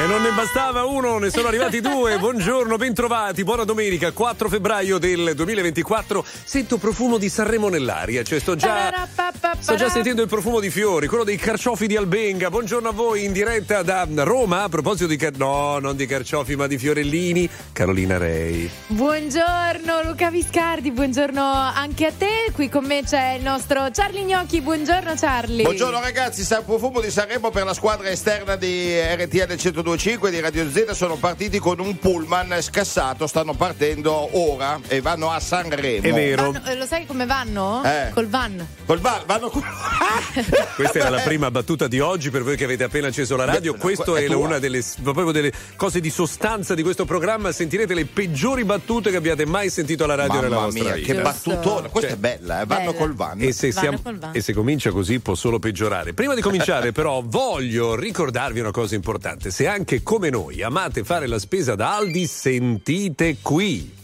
E non ne bastava uno, ne sono arrivati due. Buongiorno, bentrovati, buona domenica, 4 febbraio del 2024. Sento profumo di Sanremo nell'aria, cioè sto già sentendo il profumo di fiori, quello dei carciofi di Albenga. Buongiorno a voi in diretta da Roma. A proposito di no, non di carciofi, ma di fiorellini, Carolina Rei. Buongiorno Luca Viscardi, buongiorno anche a te. Qui con me c'è il nostro Charlie Gnocchi. Buongiorno Charlie. Buongiorno ragazzi, sta il profumo di Sanremo per la squadra esterna di RTL 102.5 di Radio Z. Sono partiti con un pullman scassato, stanno partendo ora e vanno a Sanremo. È vero. Lo sai come vanno? Col van. Vanno Questa era la prima battuta di oggi per voi che avete appena acceso la radio. Questo è una delle cose di sostanza di questo programma. Sentirete le peggiori battute che abbiate mai sentito alla radio nella vostra vita. Che battutona, questa è bella, vanno col van. E se comincia così può solo peggiorare. Prima di cominciare però voglio ricordarvi una cosa importante. Se anche come noi amate fare la spesa da Aldi, sentite qui.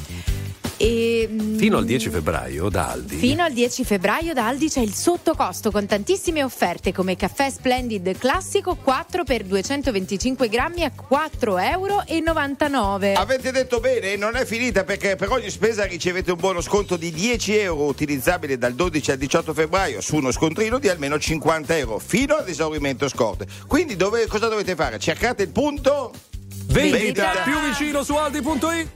Fino al 10 febbraio da Aldi. Fino al 10 febbraio da Aldi c'è il sottocosto con tantissime offerte come caffè Splendid classico 4 per 225 grammi a €4,99. Avete detto bene, non è finita, perché per ogni spesa ricevete un buono sconto di €10 utilizzabile dal 12 al 18 febbraio su uno scontrino di almeno €50 fino all'esaurimento scorte. Quindi cosa dovete fare? Cercate il punto vendita più vicino su aldi.it.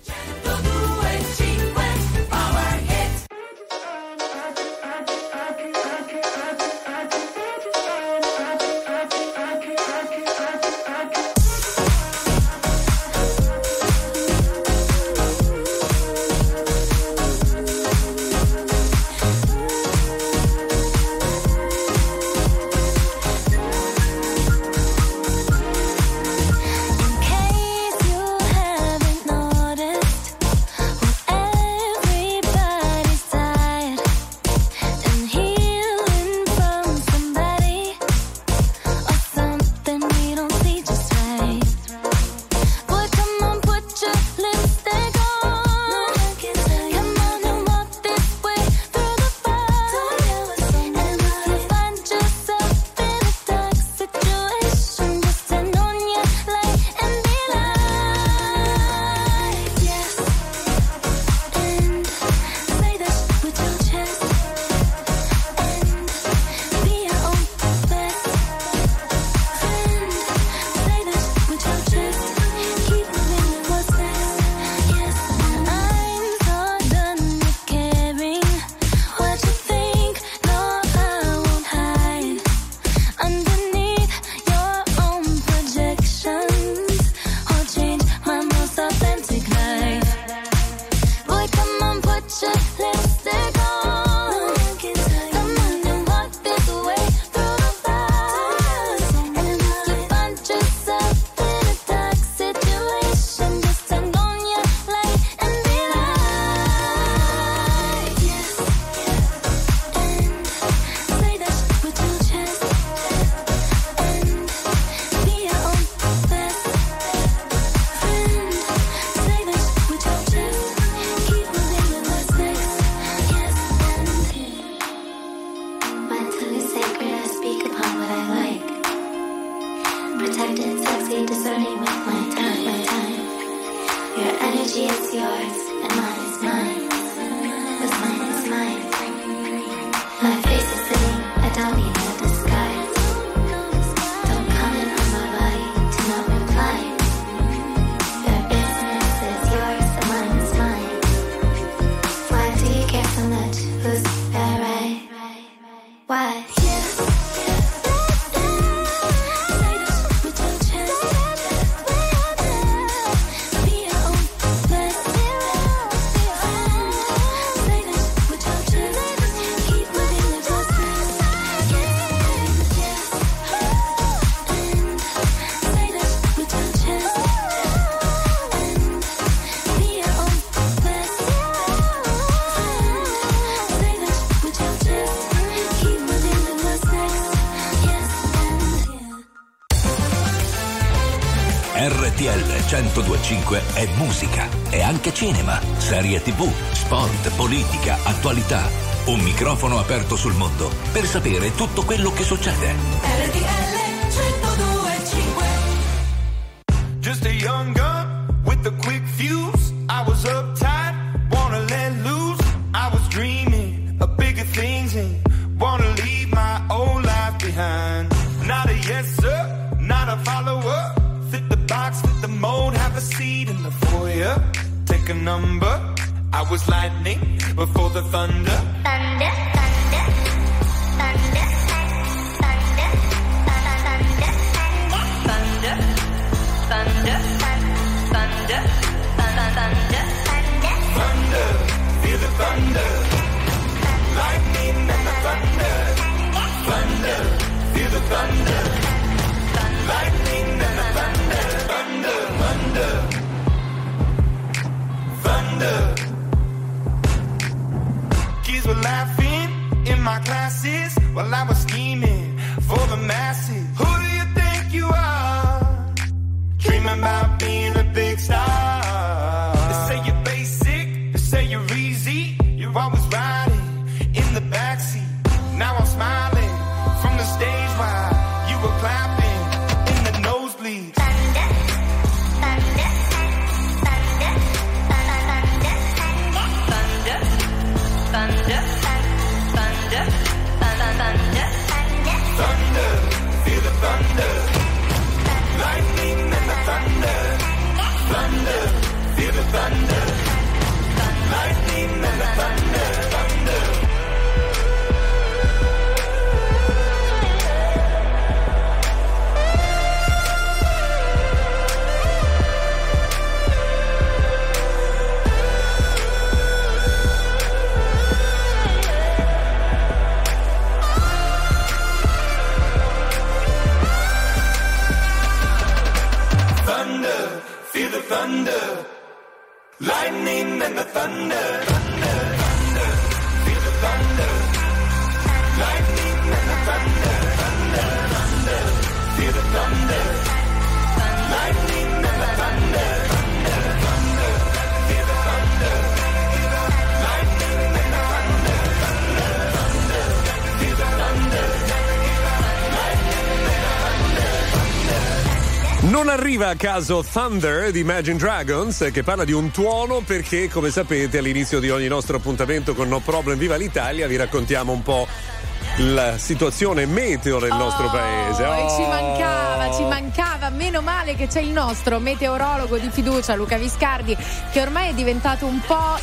RTL 102.5 è musica, è anche cinema, serie TV, sport, politica, attualità. Un microfono aperto sul mondo per sapere tutto quello che succede. RTL 102.5. with a quick fuse. I was uptight, wanna let loose. I was dreaming of bigger things and wanna leave my old life behind. Not a yes sir, not a follower. Fit the box, fit the mold, have a seat in the foyer. Take a number. I was lightning before the thunder. Thunder, thunder, thunder, thunder, thunder, thunder, thunder, thunder, thunder, thunder, feel the thunder, lightning and the thunder, thunder, feel the thunder, lightning and the thunder, thunder, thunder, thunder. Kids were laughing in my classes while I was scheming for the masses. Who do you think you are? Dreaming about being a big star. They say you're basic, they say you're easy. You're always riding in the backseat. Now I'm smiling from the stage while you were clapping in the nosebleeds. Thunder, thunder, thunder, thunder, thunder, thunder, thunder, thunder, thunder, feel the thunder, lightning and the thunder, thunder, feel the thunder, lightning and the thunder, thunder. Feel the thunder, lightning and the thunder, thunder, thunder. Feel the thunder, lightning and the thunder, thunder, thunder. Feel the thunder, lightning and the thunder, thunder, thunder. Feel the thunder, lightning and the thunder, thunder, thunder. Feel the thunder, lightning and the thunder, thunder. Non arriva a caso Thunder di Imagine Dragons, che parla di un tuono, perché come sapete all'inizio di ogni nostro appuntamento con No Problem Viva l'Italia vi raccontiamo un po' la situazione meteo nel nostro paese. E ci mancava, meno male che c'è il nostro meteorologo di fiducia Luca Viscardi, che ormai è diventato un po'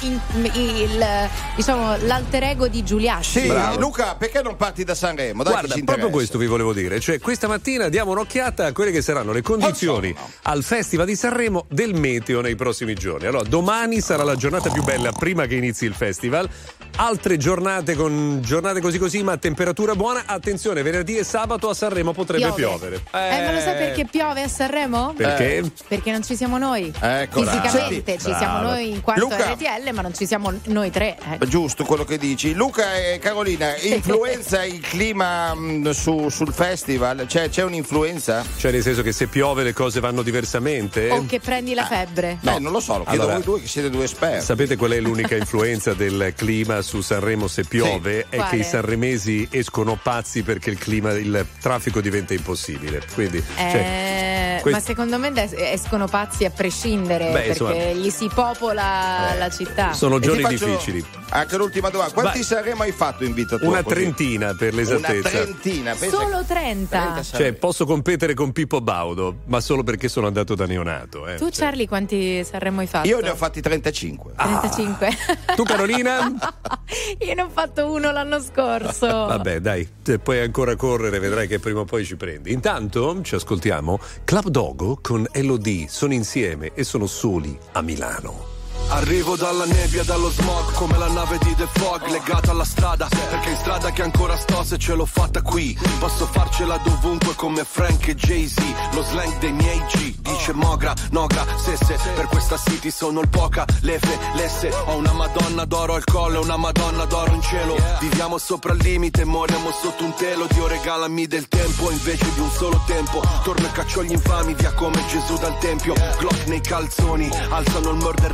l'alter ego di Giuliani. Sì, bravo. Luca, perché non parti da Sanremo? Dai, guarda, proprio questo vi volevo dire, cioè questa mattina diamo un'occhiata a quelle che saranno le condizioni al Festival di Sanremo del meteo nei prossimi giorni. Allora, domani sarà la giornata più bella prima che inizi il festival. Altre giornate così, ma temperatura buona. Attenzione, venerdì e sabato a Sanremo potrebbe piovere. Ma lo sai perché piove a Sanremo? Perché? Perché non ci siamo noi. Sì, Fisicamente ci siamo noi in quanto Luca, RTL, ma non ci siamo noi tre. Giusto quello che dici. Luca e Carolina, influenza il clima sul festival? C'è un'influenza? Cioè nel senso che se piove le cose vanno diversamente? O che prendi la febbre? No, non lo so, lo chiedo a voi due che siete due esperti. Sapete qual è l'unica influenza del clima su Sanremo se piove? Sì. È che i sanremesi escono pazzi perché il traffico diventa impossibile. Quindi, ma secondo me escono pazzi a prescindere, perché gli si popola la città. Sono giorni difficili. Anche l'ultima domanda: quanti Sanremo hai fatto in vita tua? Una trentina per l'esattezza. Una trentina? Solo 30? Cioè posso competere con Pippo Baudo, ma solo perché sono andato da neonato. Tu Charlie quanti Sanremo hai fatto? Io ne ho fatti 35. 35? Tu Carolina? Io ne ho fatto uno l'anno scorso. Vabbè dai, puoi ancora correre, vedrai che prima o poi ci prendi. Intanto ci ascoltiamo Club Dogo con Elodie, sono insieme e sono soli a Milano. Arrivo dalla nebbia, dallo smog, come la nave di The Fog, legata alla strada, perché in strada che ancora sto, se ce l'ho fatta qui, posso farcela dovunque come Frank e Jay-Z, lo slang dei miei G, dice Mogra, Nogra, Sesse, per questa city sono il poca, lefe, lesse, ho una madonna d'oro al collo e una madonna d'oro in cielo, viviamo sopra il limite, moriamo sotto un telo, Dio regalami del tempo invece di un solo tempo, torno e caccio gli infami via come Gesù dal tempio, Glock nei calzoni, alzano il murder rate,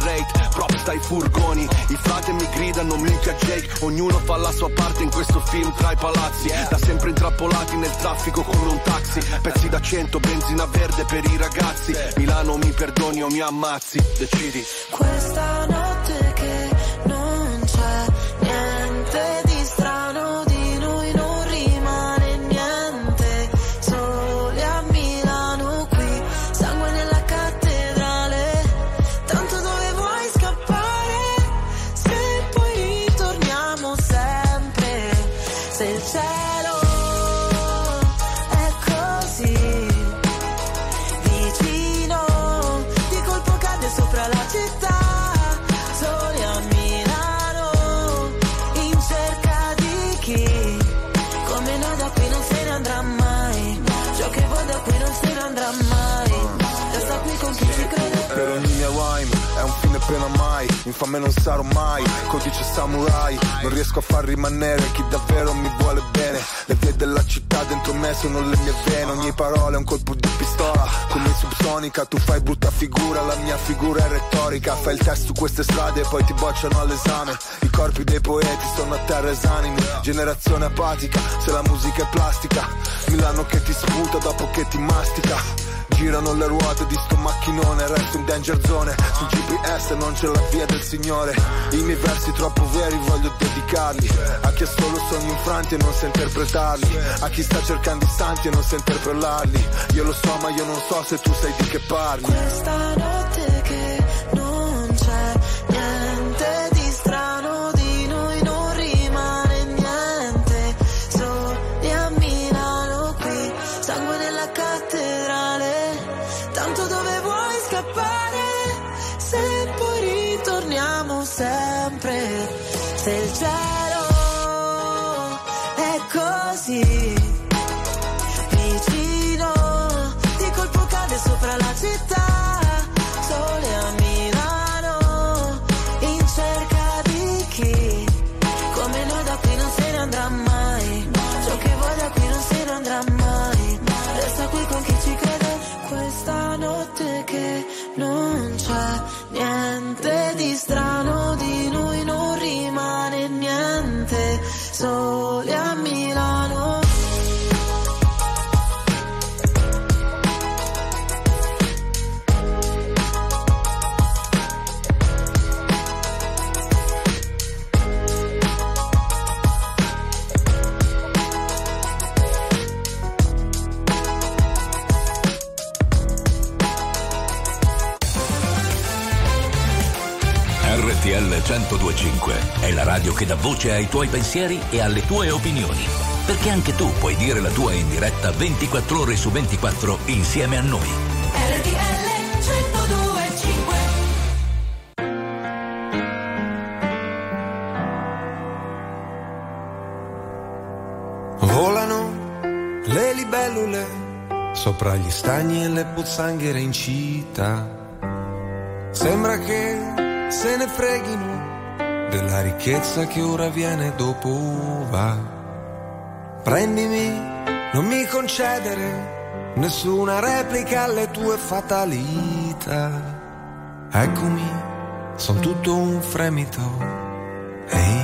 props dai furgoni, i frate mi gridano minchia Jake, ognuno fa la sua parte in questo film tra i palazzi, da sempre intrappolati nel traffico come un taxi, pezzi da 100, benzina verde per i ragazzi, Milano mi perdoni o mi ammazzi, decidi. Questa notte che non c'è niente di strano, di noi non rimane niente, soli a Milano qui, sangue nella cattedrale, tanto dove vuoi scappare, se poi ritorniamo sempre, se il cielo è così vicino, di colpo cade sopra la città, soli a Milano, in cerca di chi, come noi da qui non se ne andrà mai, ciò che vuoi da qui non se ne andrà mai, resta qui con chi ci crede. Per ogni mia rhyme è un fine pena mai, infame non sarò mai, codice samurai, non riesco a far rimanere chi davvero mi vuole bene, le vie della città dentro me sono le mie vene, ogni parola è un colpo di pistola, come subsonica, tu fai brutta figura, la mia figura è retorica, fai il test su queste strade e poi ti bocciano all'esame, i corpi dei poeti sono a terra esanimi, generazione apatica, se la musica è plastica, Milano che ti sputa dopo che ti mastica. Girano le ruote di sto macchinone, resto in danger zone, sul GPS non c'è la via del Signore, i miei versi troppo veri voglio dedicarli, a chi ha solo sogni infranti e non sa interpretarli, a chi sta cercando i santi e non sa interpellarli, io lo so ma io non so se tu sai di che parli. Questa notte che non c'è niente di strano, di noi non rimane niente, soli a Milano qui, sangue nella cattedrale, tanto dove vuoi scappare, se poi ritorniamo sempre, se il cielo è così vicino, di colpo cade sopra la città, sole a Milano, in cerca di chi, come noi da qui non se ne andrà mai, ciò che vuoi da qui non se ne andrà mai, resta qui con chi ci crede. Questa notte che non c'è niente di strano, di noi non rimane niente, soli a Milano. RTL 102.5 è la radio che dà voce ai tuoi pensieri e alle tue opinioni. Perché anche tu puoi dire la tua in diretta 24 ore su 24 insieme a noi. RTL 102.5. Volano le libellule sopra gli stagni e le pozzanghere in città. Sembra che se ne freghino della ricchezza che ora viene dopo va. Prendimi, non mi concedere nessuna replica alle tue fatalità. Eccomi, son tutto un fremito. Ehi.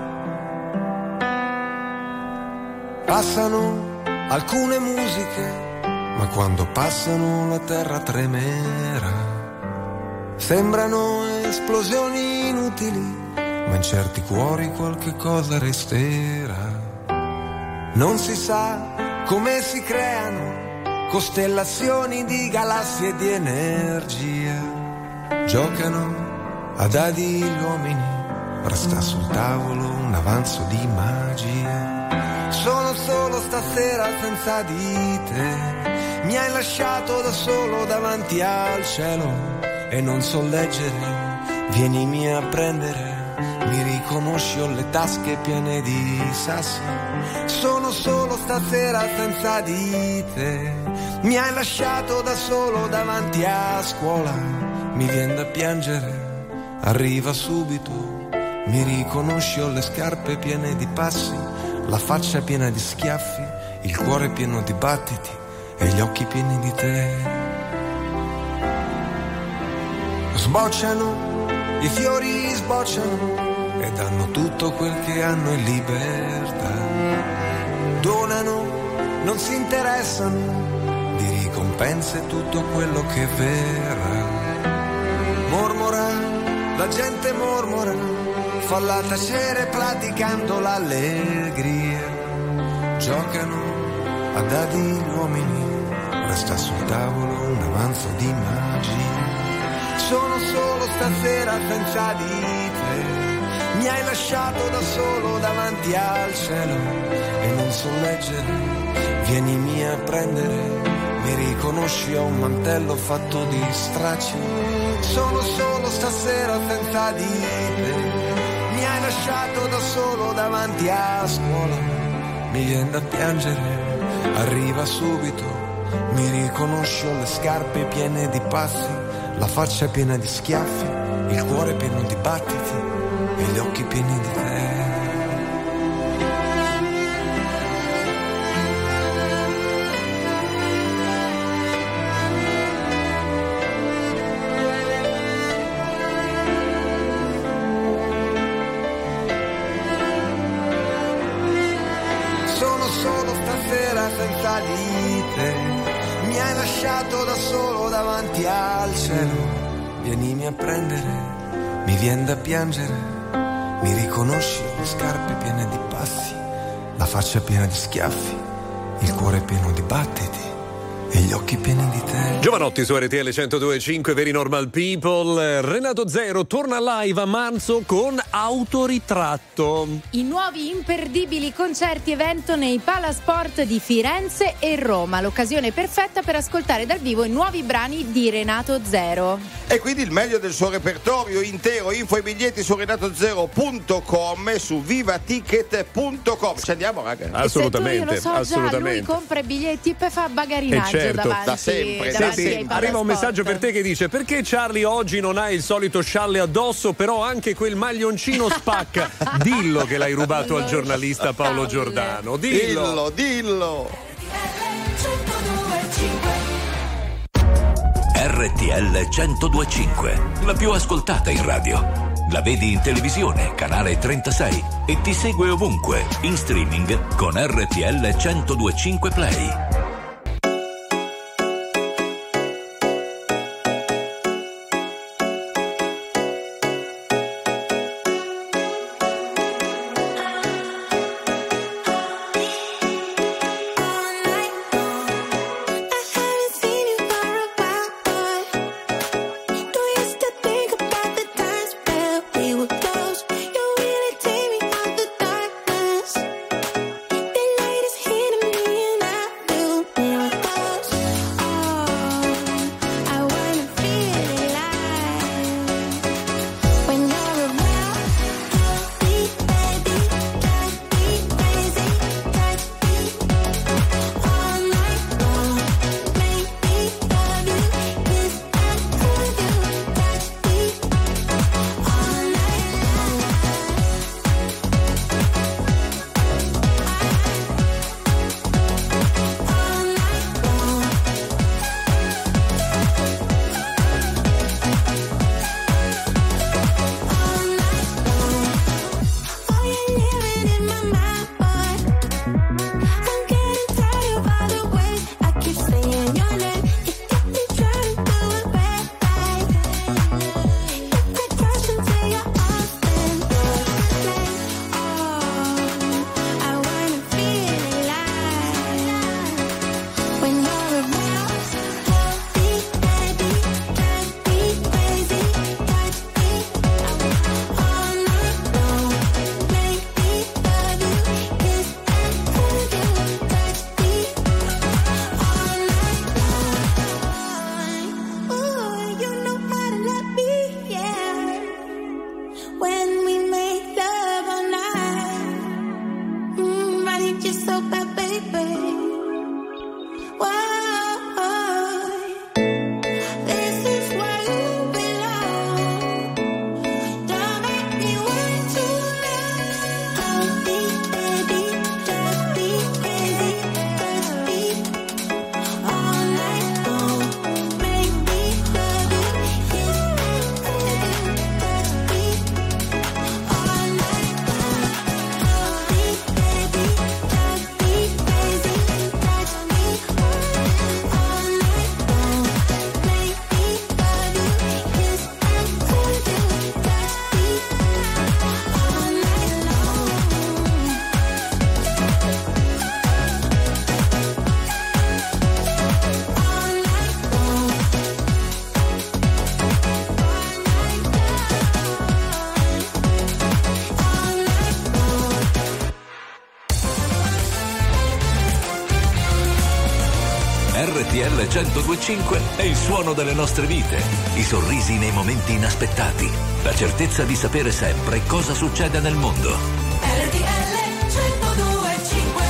Passano alcune musiche, ma quando passano la terra tremerà. Sembrano esplosioni inutili, ma in certi cuori qualche cosa resterà. Non si sa come si creano costellazioni di galassie e di energia. Giocano a dadi gli uomini, resta sul tavolo un avanzo di magia. Sono solo stasera senza di te, mi hai lasciato da solo davanti al cielo. E non so leggere, vienimi a prendere, mi riconosci, ho le tasche piene di sassi. Sono solo stasera senza di te, mi hai lasciato da solo davanti a scuola. Mi viene da piangere, arriva subito, mi riconosci, ho le scarpe piene di passi, la faccia piena di schiaffi, il cuore pieno di battiti e gli occhi pieni di te. Sbocciano i fiori sbocciano e danno tutto quel che hanno in libertà. Donano, non si interessano di ricompense tutto quello che verrà. Mormora, la gente mormora, falla tacere praticando l'allegria. Giocano a dadi gli uomini, resta sul tavolo un avanzo di magia. Sono solo stasera senza di te, mi hai lasciato da solo davanti al cielo e non so leggere, vienimi a prendere, mi riconosci a un mantello fatto di stracci. Sono solo stasera senza di te, mi hai lasciato da solo davanti a scuola, mi viene da piangere, arriva subito, mi riconosci, ho le scarpe piene di passi, la faccia piena di schiaffi, il cuore pieno di battiti e gli occhi pieni di te. Sono solo stasera senza di te, mi hai lasciato da solo davanti al cielo, vienimi a prendere, mi vien da piangere, mi riconosci, le scarpe piene di passi, la faccia piena di schiaffi, il cuore pieno di battiti e gli occhi pieni di te. Giovanotti su RTL 102.5, Very Normal People. Renato Zero torna live a marzo con Autoritratto. I nuovi imperdibili concerti evento nei Palasport di Firenze e Roma, l'occasione perfetta per ascoltare dal vivo i nuovi brani di Renato Zero. E quindi il meglio del suo repertorio intero. Info e biglietti su renatozero.com e su vivaticket.com. Ci andiamo, raga? Assolutamente, E se tu, io lo so, assolutamente. Già, lui compra i biglietti e fa bagarinaggio certo, davanti, da sempre. davanti ai Arriva un Palasport. messaggio per te che dice: perché Charlie oggi non ha il solito scialle addosso, però anche quel maglioncino spacca? Dillo che l'hai rubato al giornalista Paolo Giordano. Dillo. RTL 102.5, la più ascoltata in radio. La vedi in televisione, canale 36 e ti segue ovunque, in streaming con RTL 102.5 Play. RTL 102.5 è il suono delle nostre vite, i sorrisi nei momenti inaspettati, la certezza di sapere sempre cosa succede nel mondo. RTL 102.5.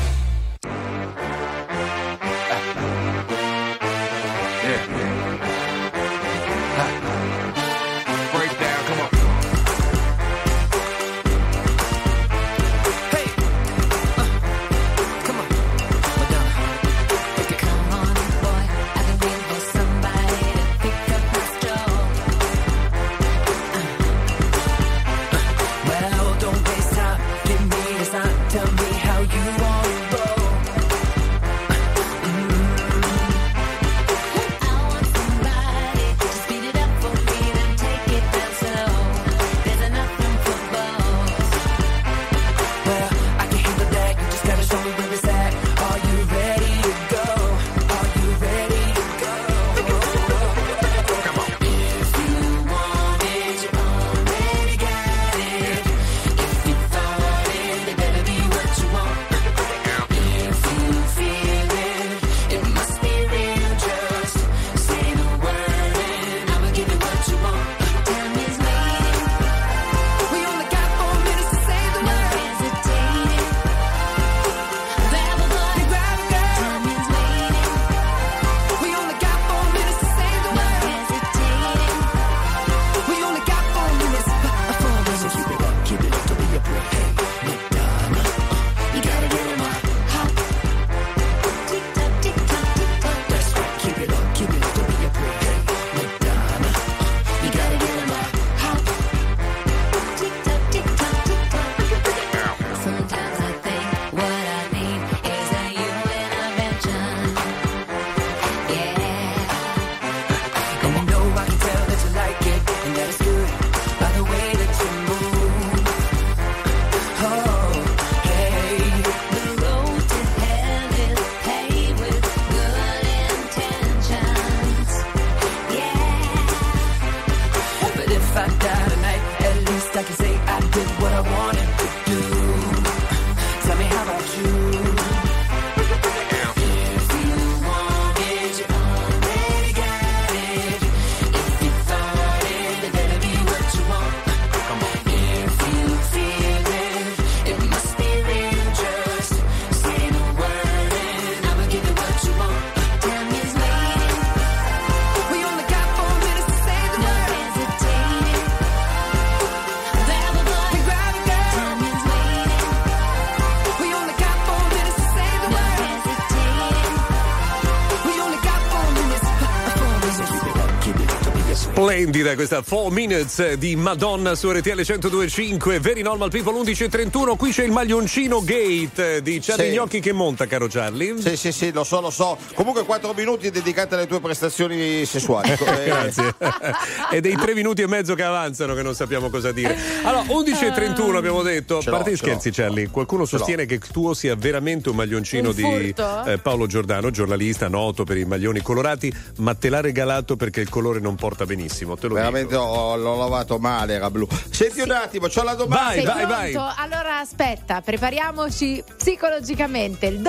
Splendida questa 4 Minutes di Madonna su RTL 102.5. Very Normal People 11.31. Qui c'è il maglioncino Gate di Charlie Gnocchi che monta, caro Charlie. Sì, lo so. Comunque 4 minuti dedicati alle tue prestazioni sessuali. Grazie. E dei 3 minuti e mezzo che avanzano che non sappiamo cosa dire. Allora, 11.31 abbiamo detto. A parte gli scherzi, Charlie, qualcuno sostiene che tuo sia veramente un maglioncino di Paolo Giordano, giornalista noto per i maglioni colorati, ma te l'ha regalato perché il colore non porta benissimo. Te lo veramente l'ho lavato male, era blu. Senti un attimo, c'ho la domanda. Vai. Allora aspetta, prepariamoci psicologicamente. Il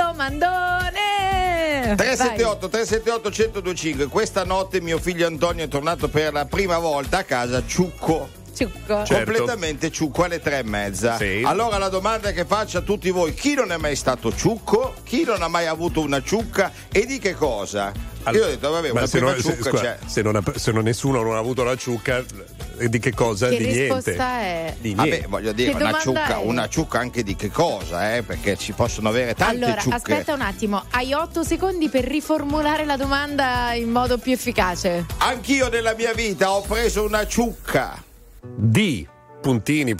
domandone. 378 1025. Questa notte mio figlio Antonio è tornato per la prima volta a casa ciucco. Completamente ciucco alle 3:30. Sì. Allora la domanda che faccio a tutti voi: chi non è mai stato ciucco? Chi non ha mai avuto una ciucca e di che cosa? Io ho detto vabbè, una prima ciucca c'è. Se nessuno non ha avuto la ciucca, e di che cosa? Che di risposta niente. È? Di niente. Vabbè, voglio dire, una ciucca anche di che cosa, perché ci possono avere tante ciucche. Allora, aspetta un attimo, hai 8 secondi per riformulare la domanda in modo più efficace. Anch'io nella mia vita ho preso una ciucca. Di puntini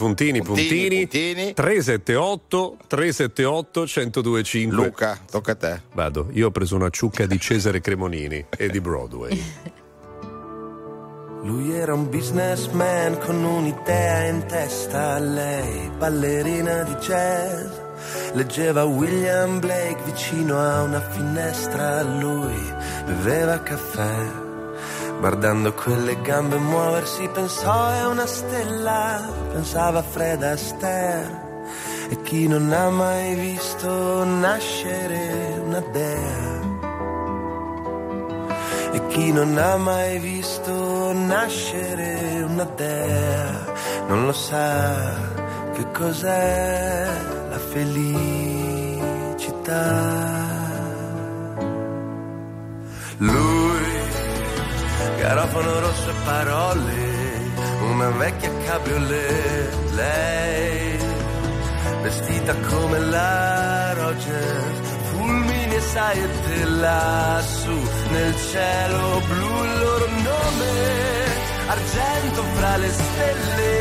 378 1025. Luca, tocca a te. Vado, io ho preso una ciucca di Cesare Cremonini e di Broadway. Lui era un businessman con un'idea in testa, lei ballerina di jazz. Leggeva William Blake vicino a una finestra, lui beveva caffè. Guardando quelle gambe muoversi pensò è una stella, pensava a Fred Astaire. E chi non ha mai visto nascere una dea. E chi non ha mai visto nascere una dea non lo sa che cos'è la felicità. Lui, garofano rosso e parole, una vecchia cabriolet. Lei, vestita come la Rogers, fulmini e saette lassù nel cielo blu. Il loro nome, argento fra le stelle.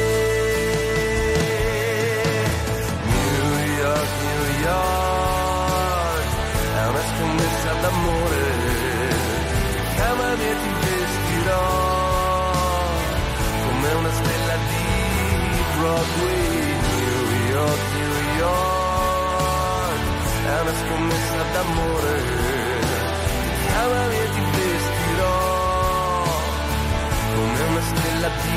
New York, New York, è una scommessa d'amore. Chiamami e ti vestirò come una stella di Broadway. New York, New York, è una scommessa d'amore. Chiamami e ti vestirò come una stella di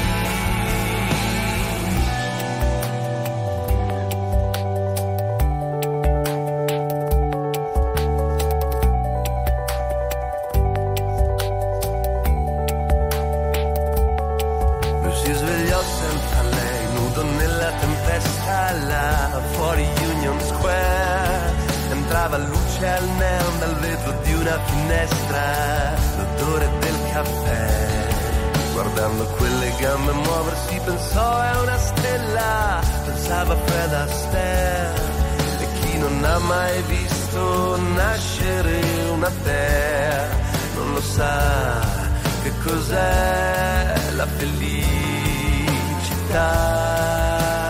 là fuori Union Square. Entrava luce al neon dal vetro di una finestra, l'odore del caffè. Guardando quelle gambe muoversi pensò è una stella, pensava Fred Astaire. E chi non ha mai visto nascere una dea non lo sa che cos'è la felicità.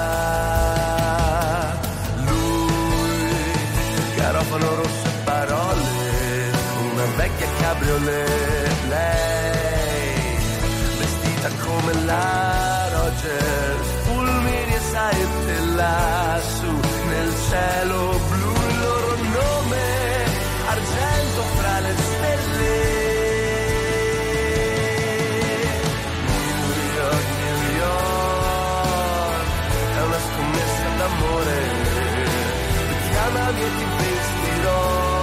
Garofano rosso e parole, una vecchia cabriolet. Lei, vestita come la Rogers, fulmini e saette lassù nel cielo blu. Il loro nome, argento fra le stelle. New York, New York, è una scommessa d'amore. Chiamami e ti vestirò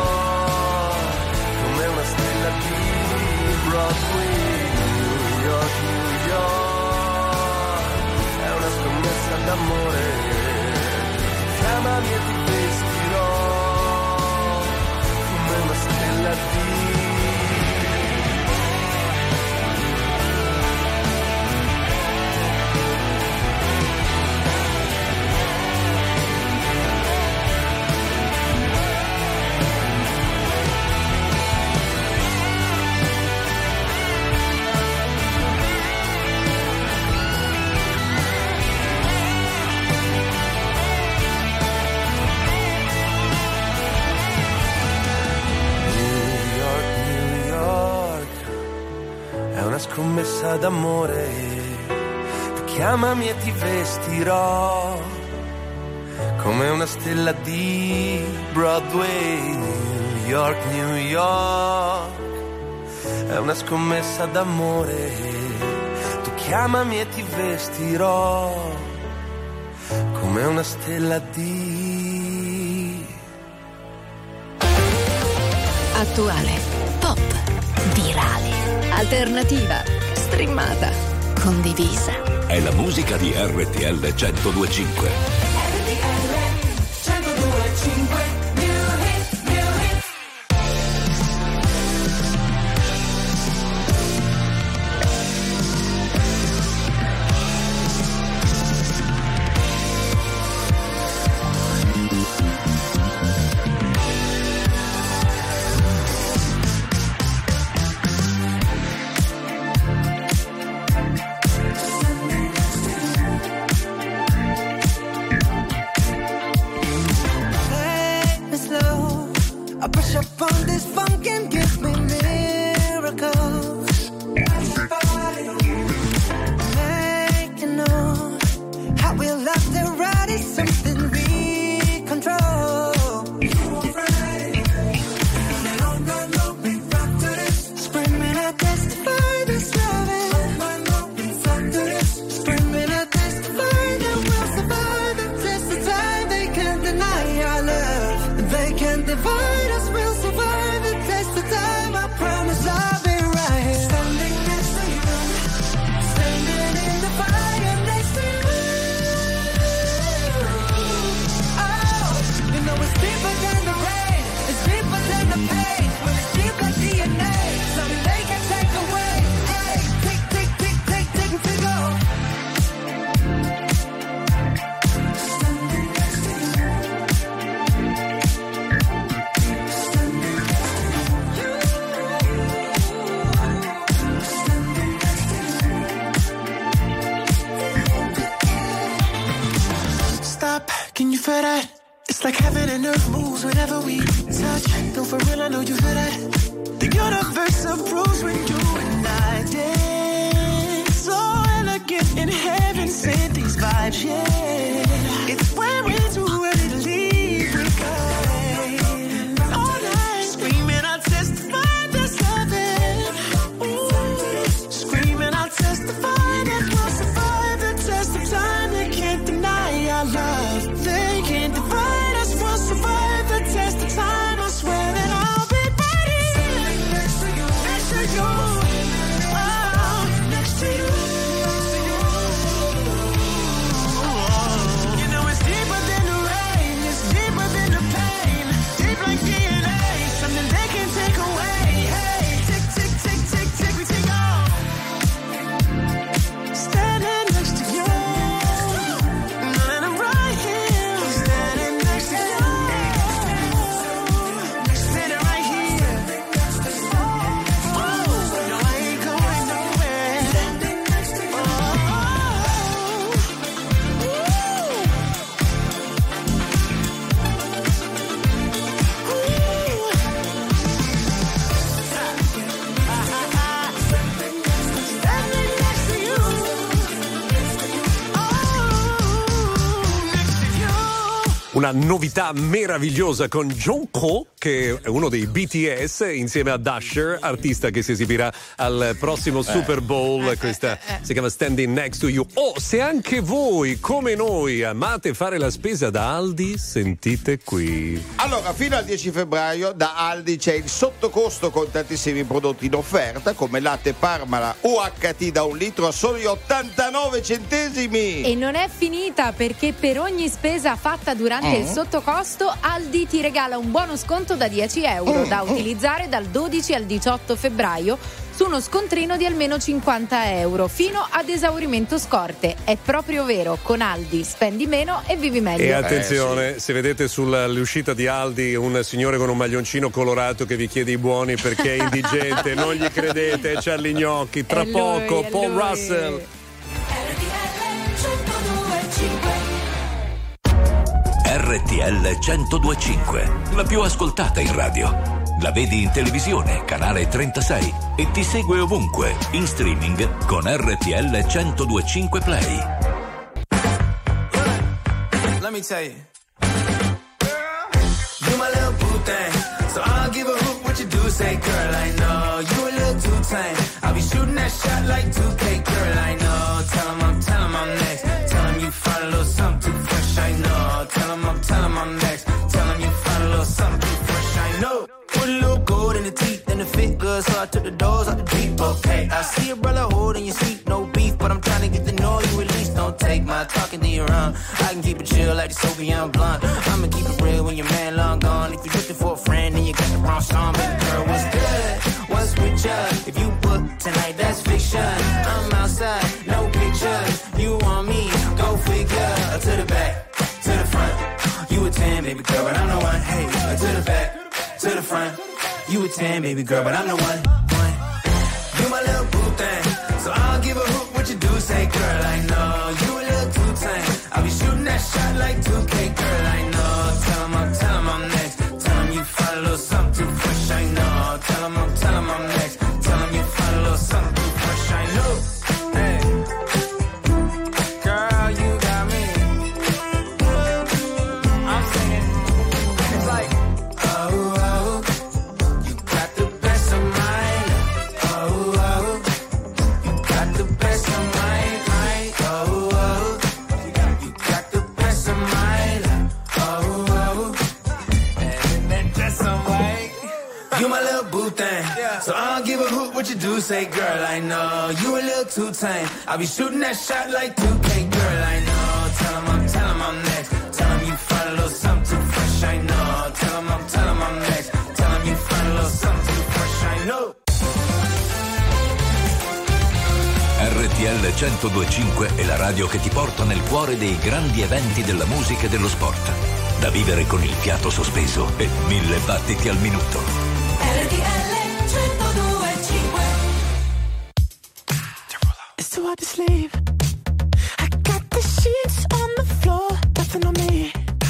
come una stella di Broadway. New York, New York, è una scommessa d'amore. Chiamami e ti vestirò come una stella di scommessa d'amore. Chiamami e ti vestirò come una stella di Broadway. New York, New York, è una scommessa d'amore. Tu chiamami e ti vestirò come una stella di attuale, pop, virale, alternativa, streamata, condivisa. È la musica di RTL 102.5. divide us, we'll survive it. Taste the time, I promise I'll be Can you feel that? It's like heaven and earth moves whenever we touch. No, for real, I know you feel that. The universe approves when you and I dance. So elegant in heaven, sent these vibes, yeah. It's when we're too ready to leave, we go all night, screaming, I'll testify that's heaven. Ooh, screaming, I'll testify that we'll survive the test of time. They can't deny our love. They can't divide us. We'll survive the test of time. I swear that I'll be ready next to you, next to you. Oh, next to you. You know it's deeper than the rain. It's deeper than the pain. Deep like DNA. Something they can't take away. Hey, tick, tick, tick, tick, tick, we take off. Standing next to you. And I'm right here. Standing next to you. Standing right here. Oh, no, I ain't going nowhere. Oh, standing next to you. Una novità meravigliosa con Jungkook, che è uno dei BTS, insieme ad Usher, artista che si esibirà al prossimo Super Bowl. Questa si chiama Standing Next to You. Oh, se anche voi, come noi, amate fare la spesa da Aldi, sentite qui. Allora, fino al 10 febbraio da Aldi c'è il sottocosto con tantissimi prodotti in offerta, come latte Parmalat UHT da 1 litro a soli 89 centesimi. E non è finita, perché per ogni spesa fatta durante il sottocosto Aldi ti regala un buono sconto da 10 euro da utilizzare dal 12 al 18 febbraio su uno scontrino di almeno 50 euro fino ad esaurimento scorte. È proprio vero, con Aldi spendi meno e vivi meglio. E attenzione, se vedete sull'uscita di Aldi un signore con un maglioncino colorato che vi chiede i buoni perché è indigente, non gli credete, c'ha gli gnocchi. Tra poco Paul Russell. RTL 102.5, la più ascoltata in radio. La vedi in televisione, canale 36, e ti segue ovunque, in streaming con RTL 102.5 Play. Let me tell you, you my little boo thing, so I'll give a hoot what you do. Say, girl, I know you a little too tame. I'll be shooting that shot like 2K, girl, I know. Tell 'em I'm next. Tell 'em you find a little something too fresh, I know. Tell 'em I'm next. Tell 'em you find a little something too fresh, I know. Put a little gold in the teeth and it fit good, so I took the doors out the deep. Okay, I see a brother holding your seat, no beef, but I'm trying to get to know you at least. Don't take my talking to your own. I can keep it chill like the Soviet blunt. I'ma keep it real when your man long gone. If you're looking for a friend, then you got the wrong song. Baby girl, what's good? What's with ya? If you book tonight, that's fiction. I'm outside, no pictures. You want me? Go figure. To the back, to the front. You a 10, baby girl, but I'm the one. Hey, to the back, to the front. You a 10, baby girl, but I'm the one. You my little boo thing, so I'll give a hoot what you do. Say, girl, I know you a little too tame. I'll be shooting that shot like 2K, girl, I know. Tell 'em I'm next. Tell 'em you find a little something too fresh, I know. Tell 'em I'm next. Tell 'em you find a little something too fresh, I know. Hey, girl, you got me. I'm singing. It's like, oh, oh, you got the best of mine. Oh, oh, you got the best of mine. Oh, oh, you got the best of mine. Oh, oh, and then just some way. You my little boo thing, so I don't give a hoot what you do. Say, girl, I know you a little too tame. I'll be shooting that shot like 2K, girl, I know. Tell 'em I'm next. Tell 'em you find a little something too fresh, I know. Tell 'em I'm next. Tell 'em you find a little something too fresh, I know. RTL 102.5 è la radio che ti porta nel cuore dei grandi eventi della musica e dello sport. Da vivere con il fiato sospeso e 1000 battiti al minuto. RTL 102.5. It's too hard to sleep. I got the sheets on the floor, nothing on me.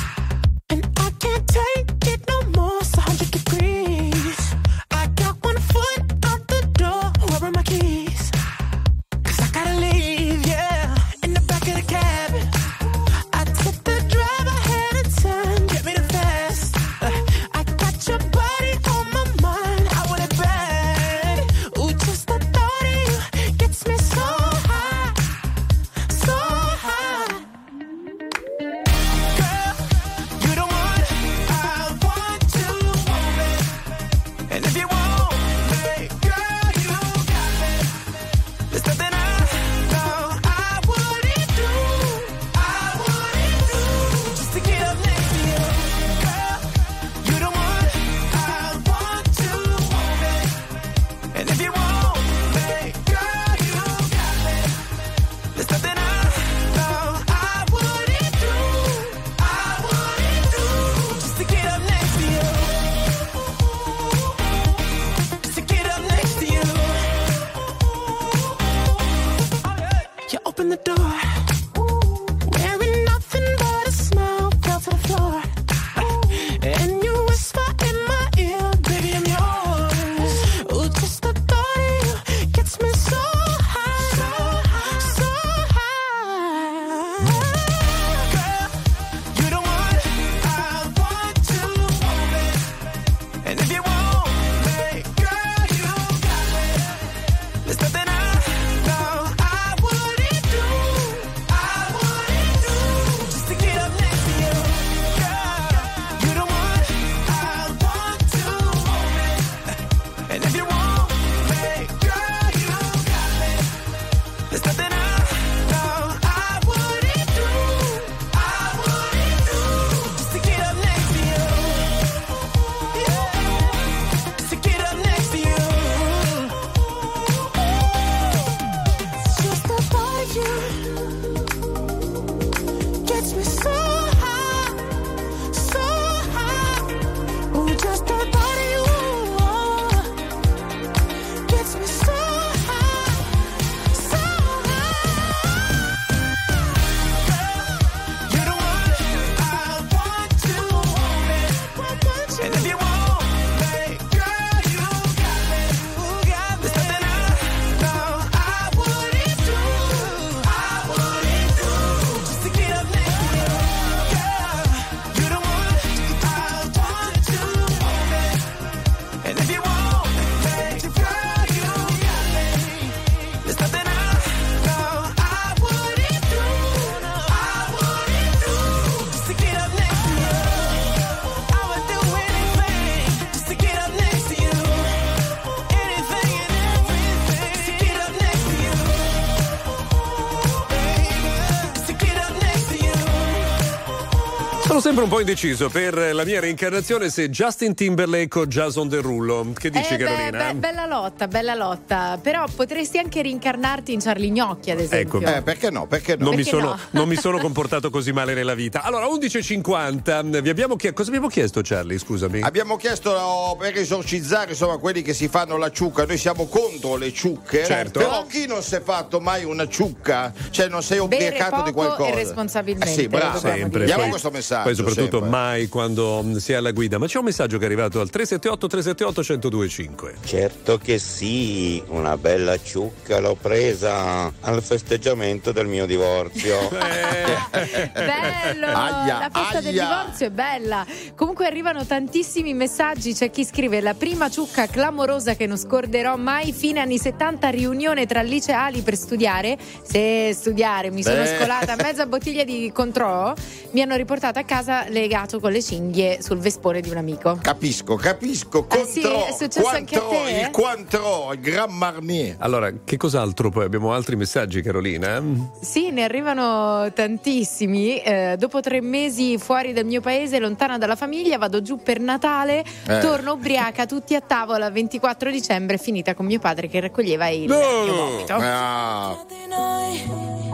Sono sempre un po' indeciso per la mia reincarnazione se Justin Timberlake o Jason Derulo. Che dici, Carolina? Bella lotta. Però potresti anche reincarnarti in Charlie Gnocchi, ad esempio. Ecco. Perché no? Non mi sono comportato così male nella vita. Allora, 11:50. Cosa abbiamo chiesto, Charlie? Scusami. Abbiamo chiesto per esorcizzare, insomma, quelli che si fanno la ciucca. Noi siamo contro le ciucche. Certo. Però chi non si è fatto mai una ciucca? Cioè, non sei ubriacato di qualcosa? E responsabilmente. Sì, bravo. Sempre. Diamo questo messaggio. Poi soprattutto sempre. mai quando si è alla guida. Ma c'è un messaggio che è arrivato al 378-378-1025. Certo che sì, una bella ciucca l'ho presa al festeggiamento del mio divorzio. Bello! La festa del divorzio è bella. Comunque arrivano tantissimi messaggi. C'è chi scrive: la prima ciucca clamorosa che non scorderò mai, fine anni 70, riunione tra liceali per studiare. Se studiare, mi sono scolata mezza bottiglia di Contrò. Mi hanno riportato a casa legato con le cinghie sul vespone di un amico. Capisco. Sì, è successo anche a te? Il Cointreau, il Grand Marnier. Allora, che cos'altro poi? Abbiamo altri messaggi, Carolina? Sì, ne arrivano tantissimi. Dopo 3 mesi fuori dal mio paese, lontana dalla famiglia, vado giù per Natale, torno ubriaca, tutti a tavola, 24 dicembre, finita con mio padre che raccoglieva il mio vomito. Di noi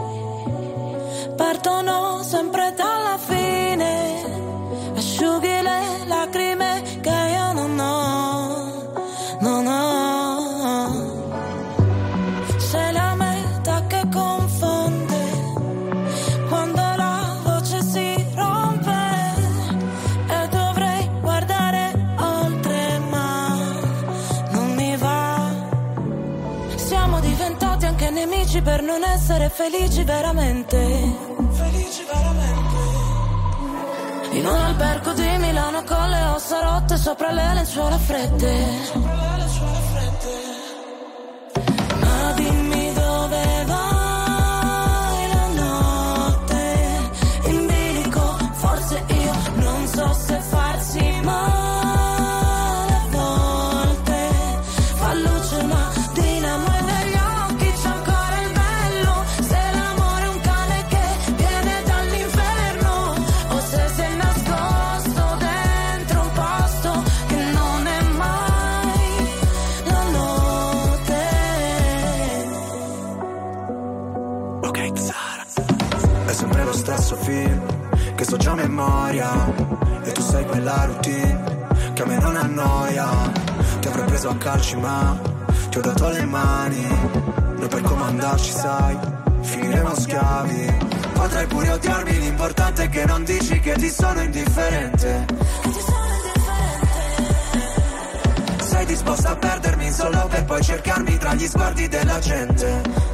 partono sempre dalla fine, asciughi le lacrime che io non ho. C'è la meta che confonde quando la voce si rompe e dovrei guardare oltre ma non mi va. Siamo diventati anche nemici per non essere felici veramente. In un albergo di Milano con le ossa rotte sopra le lenzuola fredde. Ma dimmi dove vai la notte in bilico, forse io non so se farsi male a volte. Fa luce una dinamo e negli occhi c'è ancora il bello. Se l'amore è un cane che viene dall'inferno o se sei nascosto dentro un posto che non è mai la notte. Ok, Zara. È sempre lo stesso film che so già a memoria e tu sai quella routine che a me non annoia. Ti avrei preso a calci ma ti ho dato le mani. Noi per comandarci sai finiremo schiavi. Potrai pure odiarmi, l'importante è che non dici che ti sono indifferente. Sei disposta a perdermi solo per poi cercarmi tra gli sguardi della gente.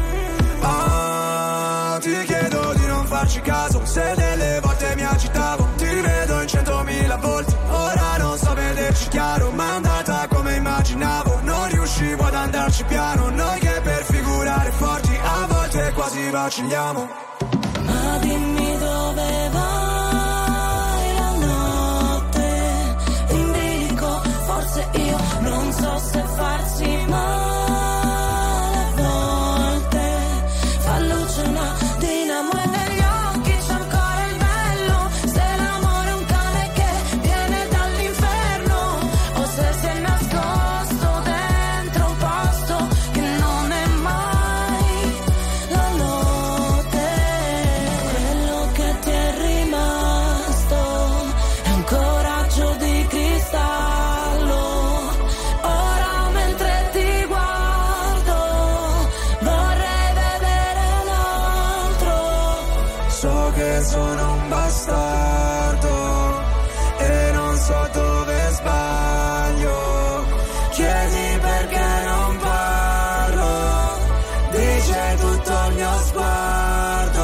Ti chiedo di non farci caso, se delle volte mi agitavo. Ti rivedo in 100.000 volte, ora non so vederci chiaro. Ma è andata come immaginavo, non riuscivo ad andarci piano. Noi che per figurare forti a volte quasi vacilliamo. Ma dimmi dove vai la notte in bilico, forse io non so se farsi male a volte. Fa luce una dinamo e negli occhi c'è ancora il bello. Se l'amore è un cane che viene dall'inferno o se sei nascosto dentro un posto che non è mai la notte. Quello che ti è rimasto è un coraggio di cristallo. Ora mentre ti guardo vorrei vedere l'altro. So che sono un bastardo e non so dove sbaglio. Chiedi perché non parlo, dice tutto il mio sguardo.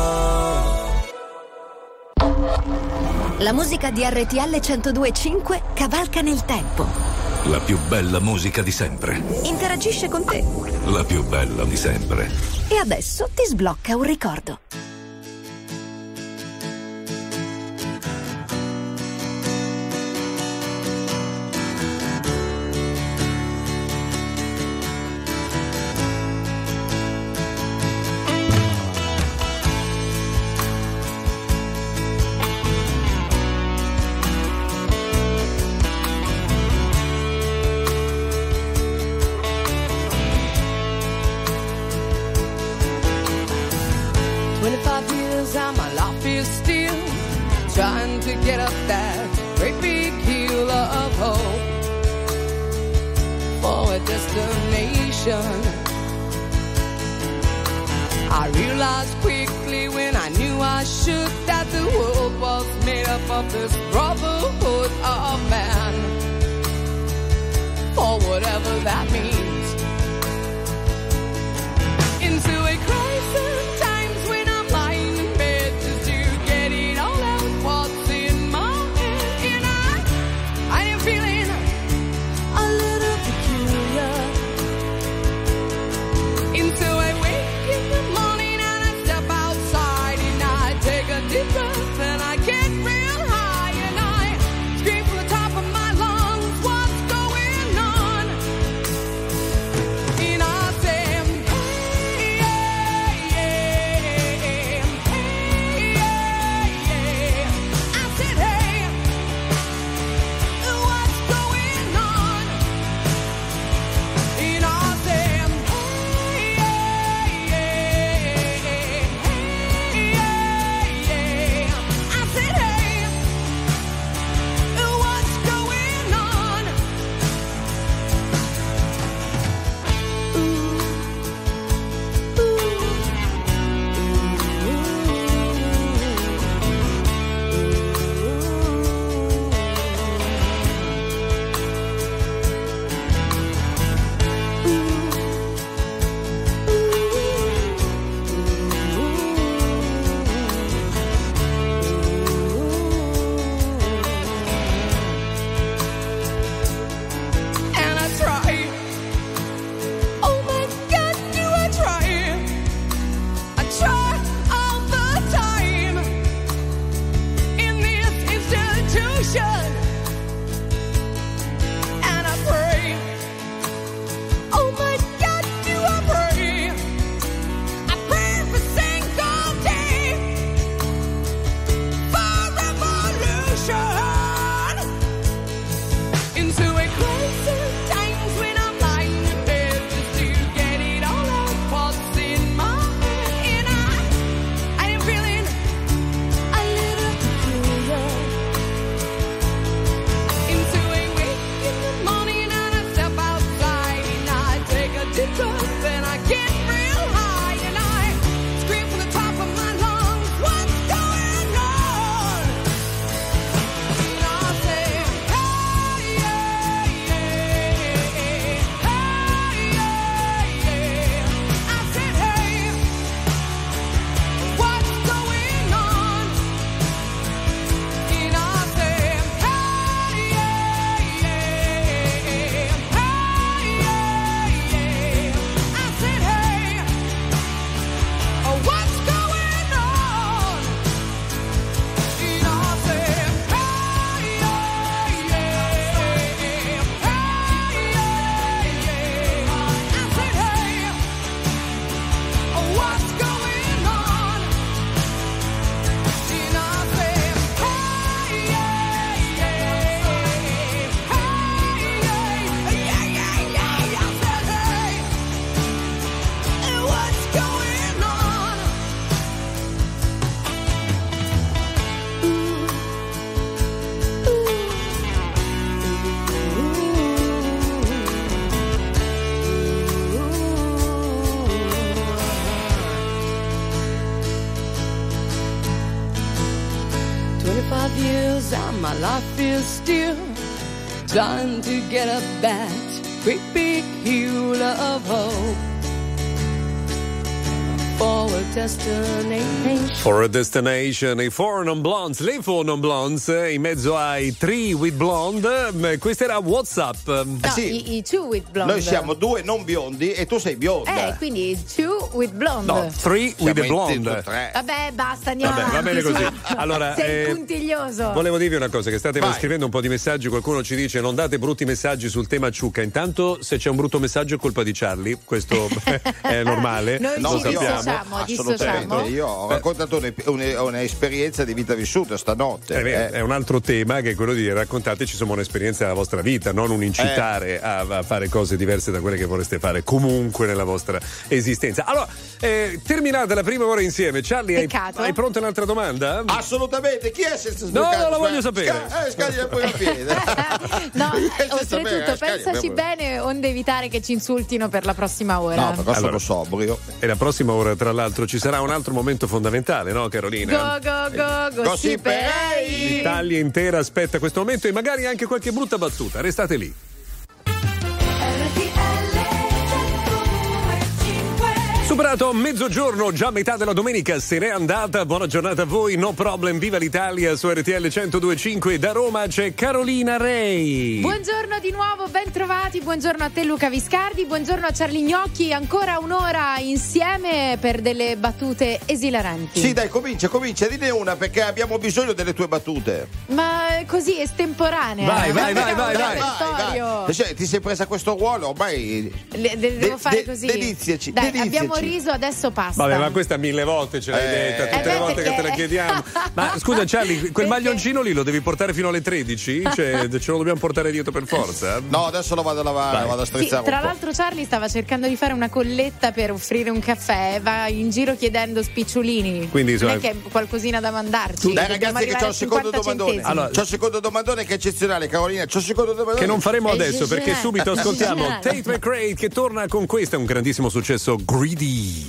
La musica di RTL 102.5 cavalca nel tempo. La più bella musica di sempre. Interagisce con te. La più bella di sempre. E adesso ti sblocca un ricordo. to get up that great big hill of hope for a destination. I realized quickly when I knew I should that the world was made up of this brotherhood of man, or whatever that means. Into a crisis, times when I'm lying in bed just to get it all out what's in my head, and I am feeling a little peculiar. Into a wake in the morning and I step outside and I take a deep breath and I get real high and I scream from the top of my lungs, what's going on? And I say, hey, hey, hey, hey, hey. I said, hey, what's going on? And I said, hey, hey, hey, hey. I said, hey, what's going on? And I try. Oh my God, do I try? I try all the time in this institution. And I pray. Oh my God, do I pray? I pray every single day for revolution. Into a crisis, times when I'm lying in bed just to get it all out what's in my head, and I am feeling a little peculiar. Into a wake in the morning and I step outside and I take a deep breath and I get real high and I scream from the top of my lungs, what's going on? And I say, hey, hey, hey, hey, hey. I said, hey, what's going on? And I said, hey, hey, hey, hey. I said, hey, what's going on? And I said, hey, I said, hey, what's going on? And I said, what's going on? "25 years and my life is still trying to get up that great big hill of hope for a destination." For a Destination, i Four Non Blondes, le Four Non Blondes in mezzo ai Three with Blonde. Questo era WhatsApp. No, sì. i Two with Blonde. Noi siamo due non biondi e tu sei bionda. Quindi Two with Blonde. No, Three with the Blonde. Vabbè, basta, andiamo Vabbè, va avanti, bene così. su. Allora, sei puntiglioso. volevo dirvi una cosa, che state Vai. scrivendo un po' di messaggi, qualcuno ci dice non date brutti messaggi sul tema ciucca. Intanto se c'è un brutto messaggio è colpa di Charlie, questo è normale, Noi lo ci sappiamo. dissociamo. Io ho raccontato un'esperienza di vita vissuta stanotte. È un altro tema che è quello di raccontateci insomma un'esperienza della vostra vita, non un incitare a fare cose diverse da quelle che vorreste fare comunque nella vostra esistenza. Allora, terminata la prima ora insieme, Charlie, hai pronta un'altra domanda? Assolutamente, chi è senza No, non la voglio sapere. Scaglia poi a piede. No, oltretutto pensaci bene onde evitare che ci insultino per la prossima ora. No, però sono sobrio. E la prossima ora, tra l'altro, ci sarà un altro momento fondamentale, no Carolina? Go, gossiperei! L'Italia intera aspetta questo momento e magari anche qualche brutta battuta. Restate lì. Superato mezzogiorno, già metà della domenica se n'è andata. Buona giornata a voi, no problem, viva l'Italia su RTL 102.5. Da Roma c'è Carolina Rei. Buongiorno di nuovo, ben trovati. Buongiorno a te Luca Viscardi, buongiorno a Charlie Gnocchi. Ancora un'ora insieme per delle battute esilaranti. Sì, dai, comincia, dine una perché abbiamo bisogno delle tue battute. Ma così estemporanea. Vai. Cioè, ti sei presa questo ruolo, ormai devo fare così. Deliziaci. Dai, abbiamo riso, adesso basta. Vabbè, ma questa 1000 volte ce l'hai detta, tutte le volte che te la chiediamo. Ma scusa Charlie, quel maglioncino lì lo devi portare fino alle 13? Cioè, ce lo dobbiamo portare dietro per forza? No, adesso lo vado a lavare, vado a strizzare tra l'altro Charlie stava cercando di fare una colletta per offrire un caffè, va in giro chiedendo spicciolini. Quindi non è che qualcosina da mandarci. Dai ragazzi, che c'ho il secondo domandone. Allora, c'ho il secondo domandone che è eccezionale, Carolina. C'ho il secondo domandone che non faremo adesso perché subito ascoltiamo Tate McRae che torna con questo, è un grandissimo successo, Greedy.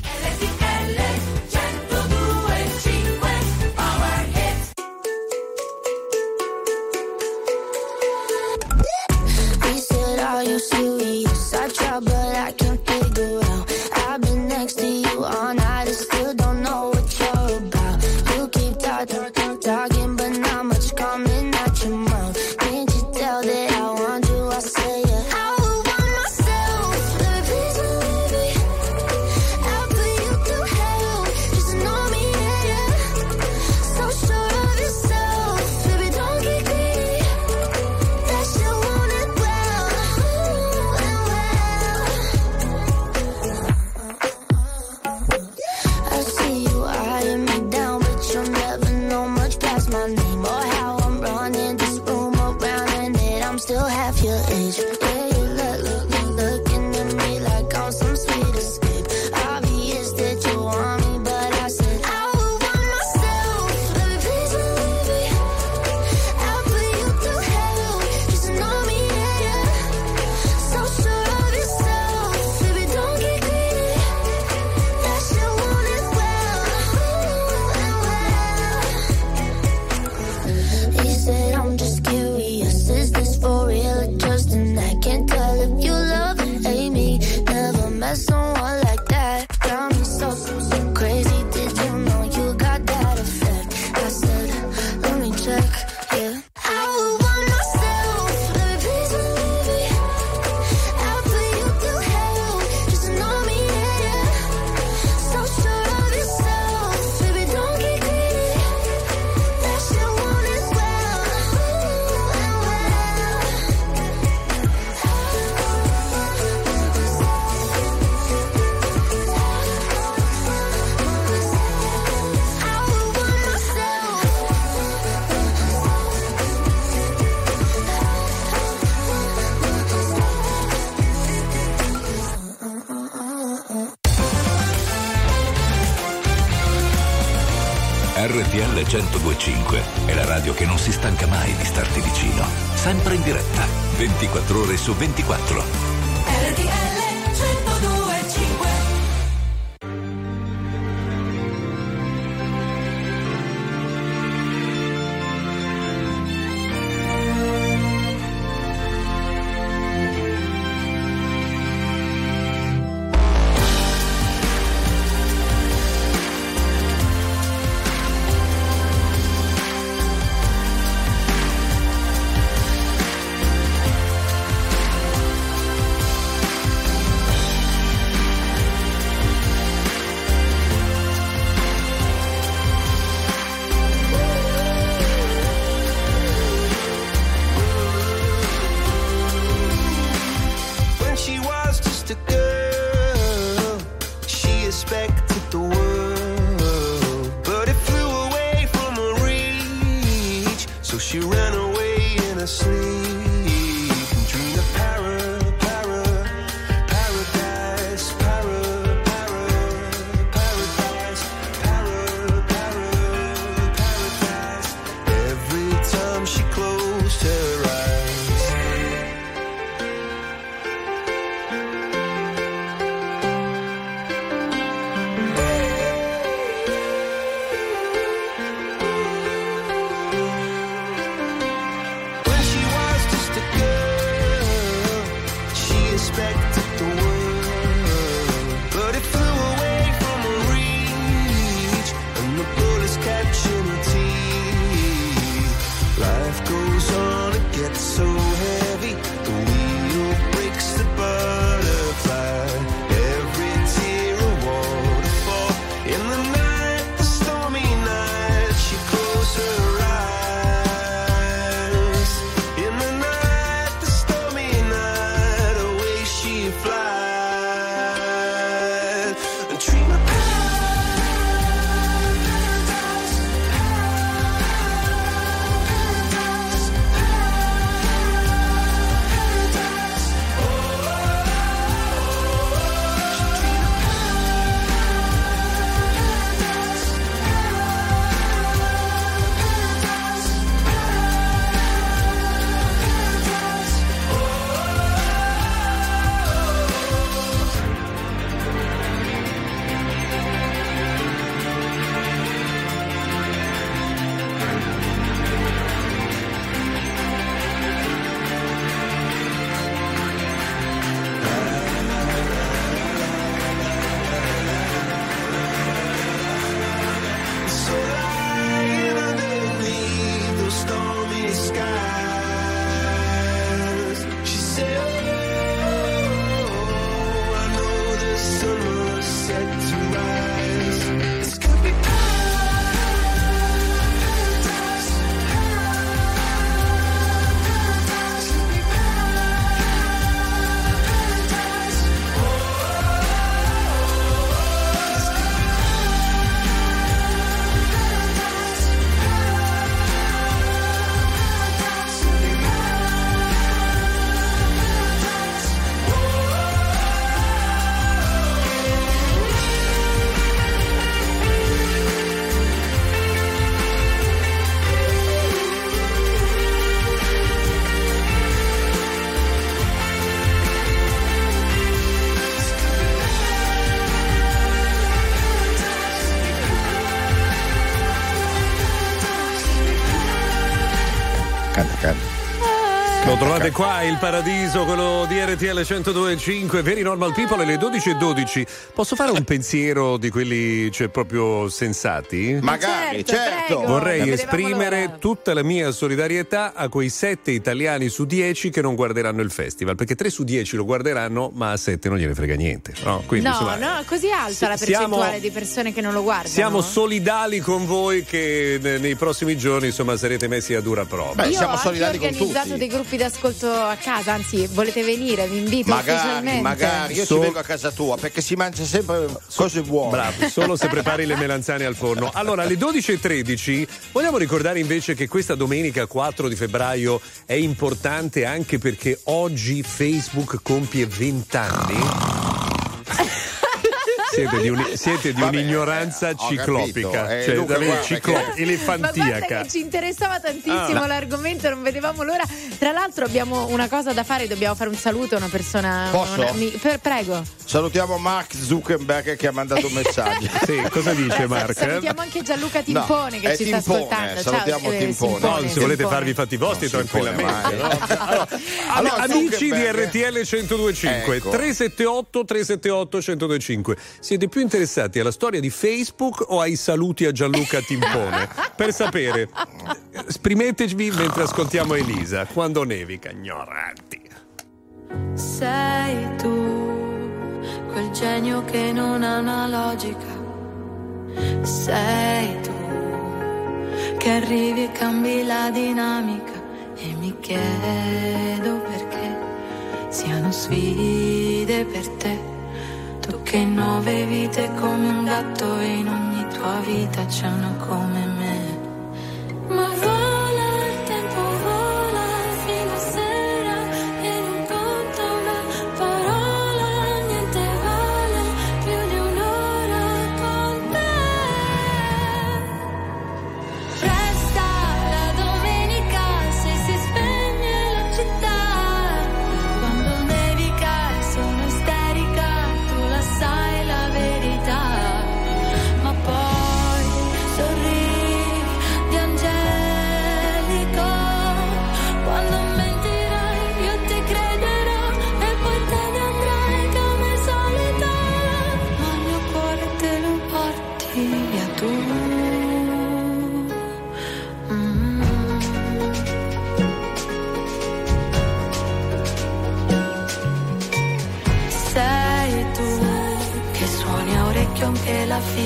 RTL 102.5 è la radio che non si stanca mai di starti vicino. Sempre in diretta, 24 ore su 24. RTL 102.5. ran away in her sleep and dreamed of paradise, paradise. Every time she closed her eyes. Expected the world, but it flew away from her reach, and the bullets catching her teeth. Life goes on, it gets so heavy, the wheel breaks the butterfly. Every tear a waterfall. In the night, the stormy night, she closed her eyes. In the night, the stormy night, away she flies. And dream of Lo trovate qua, il paradiso, quello di RTL 102.5, Very Normal People, alle 12:12. Posso fare un pensiero di quelli, cioè, proprio sensati? Magari, certo. Vorrei esprimere tutta la mia solidarietà a quei 7 italiani su 10 che non guarderanno il festival, perché 3 su 10 lo guarderanno, ma a 7 non gliene frega niente. No, quindi, insomma, così alta la percentuale di persone che non lo guardano. Siamo solidali con voi che nei prossimi giorni, insomma, sarete messi a dura prova. Io siamo solidali con tutti. Ho organizzato dei gruppi d'ascolto a casa, anzi, volete venire? Vi invito ufficialmente. Magari, io ci vengo a casa tua, perché si mangia sempre cose buone. Bravo, solo se prepari le melanzane al forno. Allora, alle 12:13 vogliamo ricordare invece che questa domenica 4 di febbraio è importante anche perché oggi Facebook compie 20 anni. Siete di un'ignoranza ciclopica, cioè elefantiaca. Ma guarda che ci interessava tantissimo l'argomento, non vedevamo l'ora. Tra l'altro abbiamo una cosa da fare, dobbiamo fare un saluto a una persona. Posso? Prego. Salutiamo Mark Zuckerberg che ha mandato un messaggio. Sì, cosa dice Mark? Salutiamo anche Gianluca Timpone che ci sta ascoltando. Salutiamo Timpone. No, se volete farvi i fatti vostri tranquillamente. Allora, amici di RTL 102.5, ecco. 378 1025. Siete più interessati alla storia di Facebook o ai saluti a Gianluca Timpone? Per sapere, esprimetevi mentre ascoltiamo Elisa. Quando nevica, ignoranti. Sei tu, quel genio che non ha una logica. Sei tu, che arrivi e cambi la dinamica. E mi chiedo perché siano sfide per te. Tu che 9 vite come un gatto e in ogni tua vita c'è una come me. Ma vola il tempo,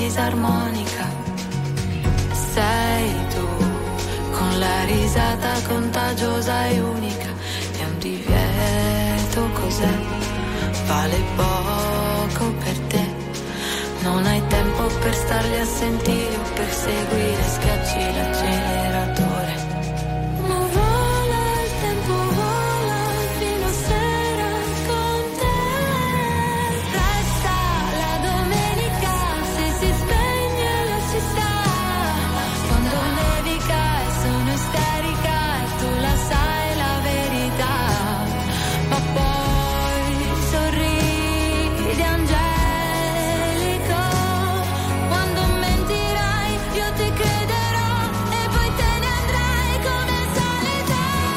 fisarmonica. Sei tu, con la risata contagiosa e unica. È un divieto, cos'è? Vale poco per te. Non hai tempo per starli a sentire o per seguire, schiacci l'acceleratore. Ma vola il tempo, vola fino a sera con te. Resta la domenica, se si spegne la città. Quando nevica e sono isterica e tu la sai la verità. Ma poi sorridi angelico. Quando mentirai io ti crederò e poi te ne andrai come al solito.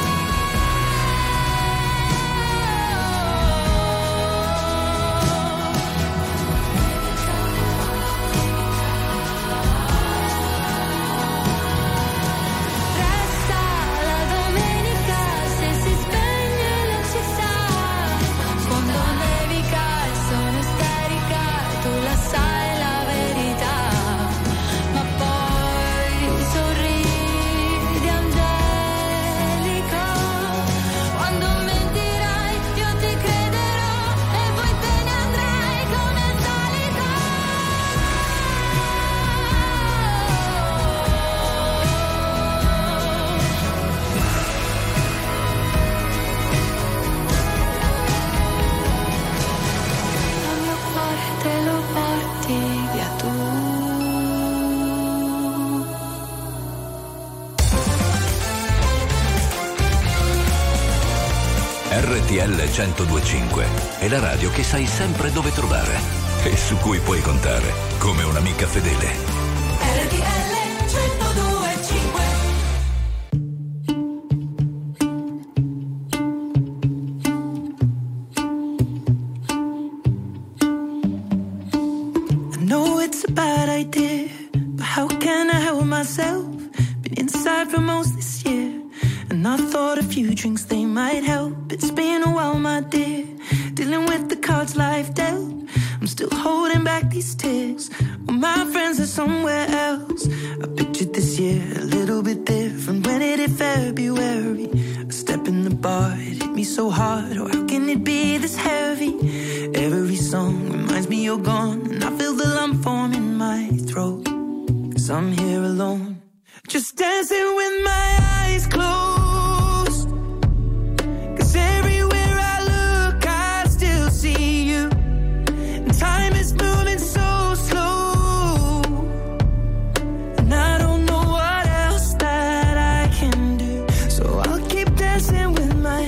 Resta la domenica, se si spegne la città. Quando nevica e sono isterica e tu la sai la verità. Ma poi sorridi angelico. Quando mentirai io ti crederò e poi te ne andrai come al solito. Il mio cuore te lo porti via tu. RTL 1025 è la radio che sai sempre dove trovare e su cui puoi contare come un'amica fedele. RTL 1025. I know it's a bad idea, but how can I help myself? Been inside for most this year, and I thought a few drinks they might help. It's been a while, my dear, dealing with the cards life dealt. I'm still holding back these tears, well, my friends are somewhere else. I pictured this year a little bit different when it hit February. A step in the bar, it hit me so hard, oh how can it be this heavy? Every song reminds me you're gone, and I feel the lump form in my throat, 'cause I'm here alone, just dancing with my eyes closed. 'Cause everywhere I look I still see you, and time is moving so slow, and I don't know what else that I can do, so I'll keep dancing with my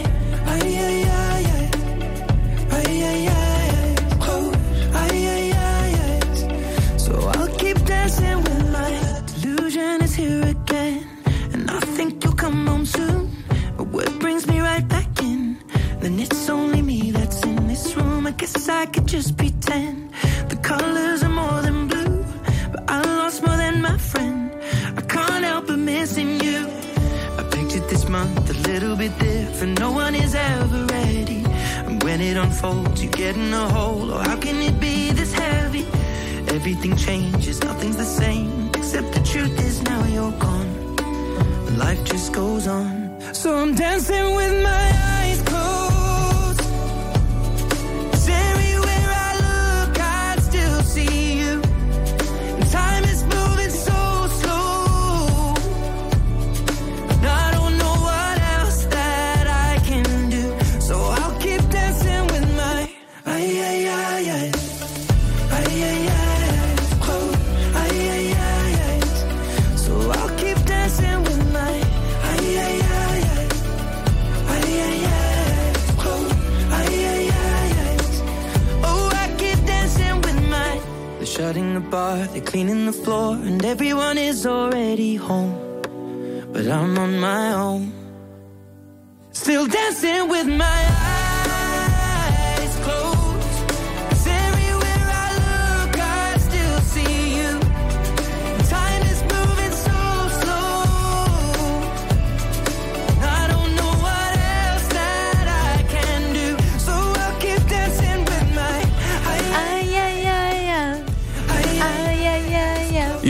so I'll keep dancing with my delusion is here again, and I think you'll come home soon. But what brings me right back in? Then it's only me that's in this room. I guess I could just pretend the colors are more than blue, but I lost more than my friend. I can't help but missing you. I pictured this month a little bit different. No one is ever ready, and when it unfolds, you get in a hole. Oh, how can it be this heavy? Everything changes, nothing's the same, except the truth is now you're gone. Life just goes on, so I'm dancing with my eyes closed. 'Cause everywhere I look I still see you, and time is moving so slow, and I don't know what else that I can do, so I'll keep dancing with my so I'll keep dancing with my oh I keep dancing with my. They're shutting the bar, they're cleaning the floor, and everyone is already home, but I'm on my own, still dancing with my eyes closed. 'Cause everywhere I look I still see you, and time is moving so slow, and I don't know what else that I can do, so I'll keep dancing with my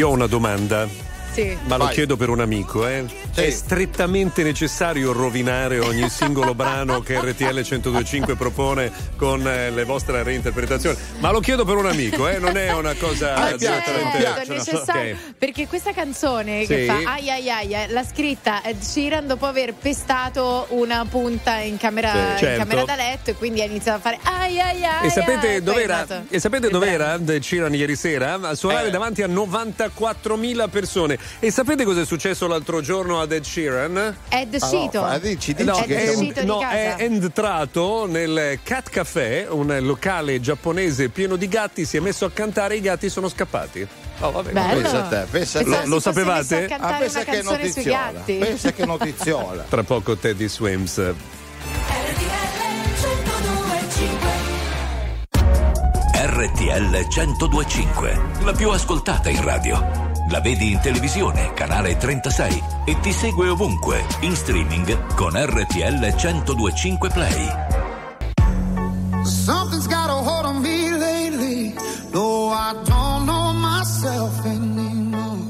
Io ho una domanda. Sì. Ma lo chiedo per un amico, È strettamente necessario rovinare ogni singolo brano che RTL 102.5 propone con le vostre reinterpretazioni? Ma lo chiedo per un amico, Non è una cosa è necessario, perché questa canzone che fa ai ai ai l'ha scritta Ed Sheeran dopo aver pestato una punta in camera da letto, e quindi ha iniziato a fare ai ai ai. E sapete dov'era Ed Sheeran ieri sera? A suonare davanti a 94.000 persone. E sapete cosa è successo l'altro giorno ad Ed Sheeran? È uscito. È entrato nel Cat Café, un locale giapponese pieno di gatti, si è messo a cantare e i gatti sono scappati. Oh, vabbè, pensa lo sapevate? Pensa che notiziola. Pensa che notiziola. Tra poco Teddy Swims. RTL 102.5, la più ascoltata in radio. La vedi in televisione, canale 36, e ti segue ovunque, in streaming con RTL 102.5 Play. Something's got a hold on me lately. No, I don't know myself anymore.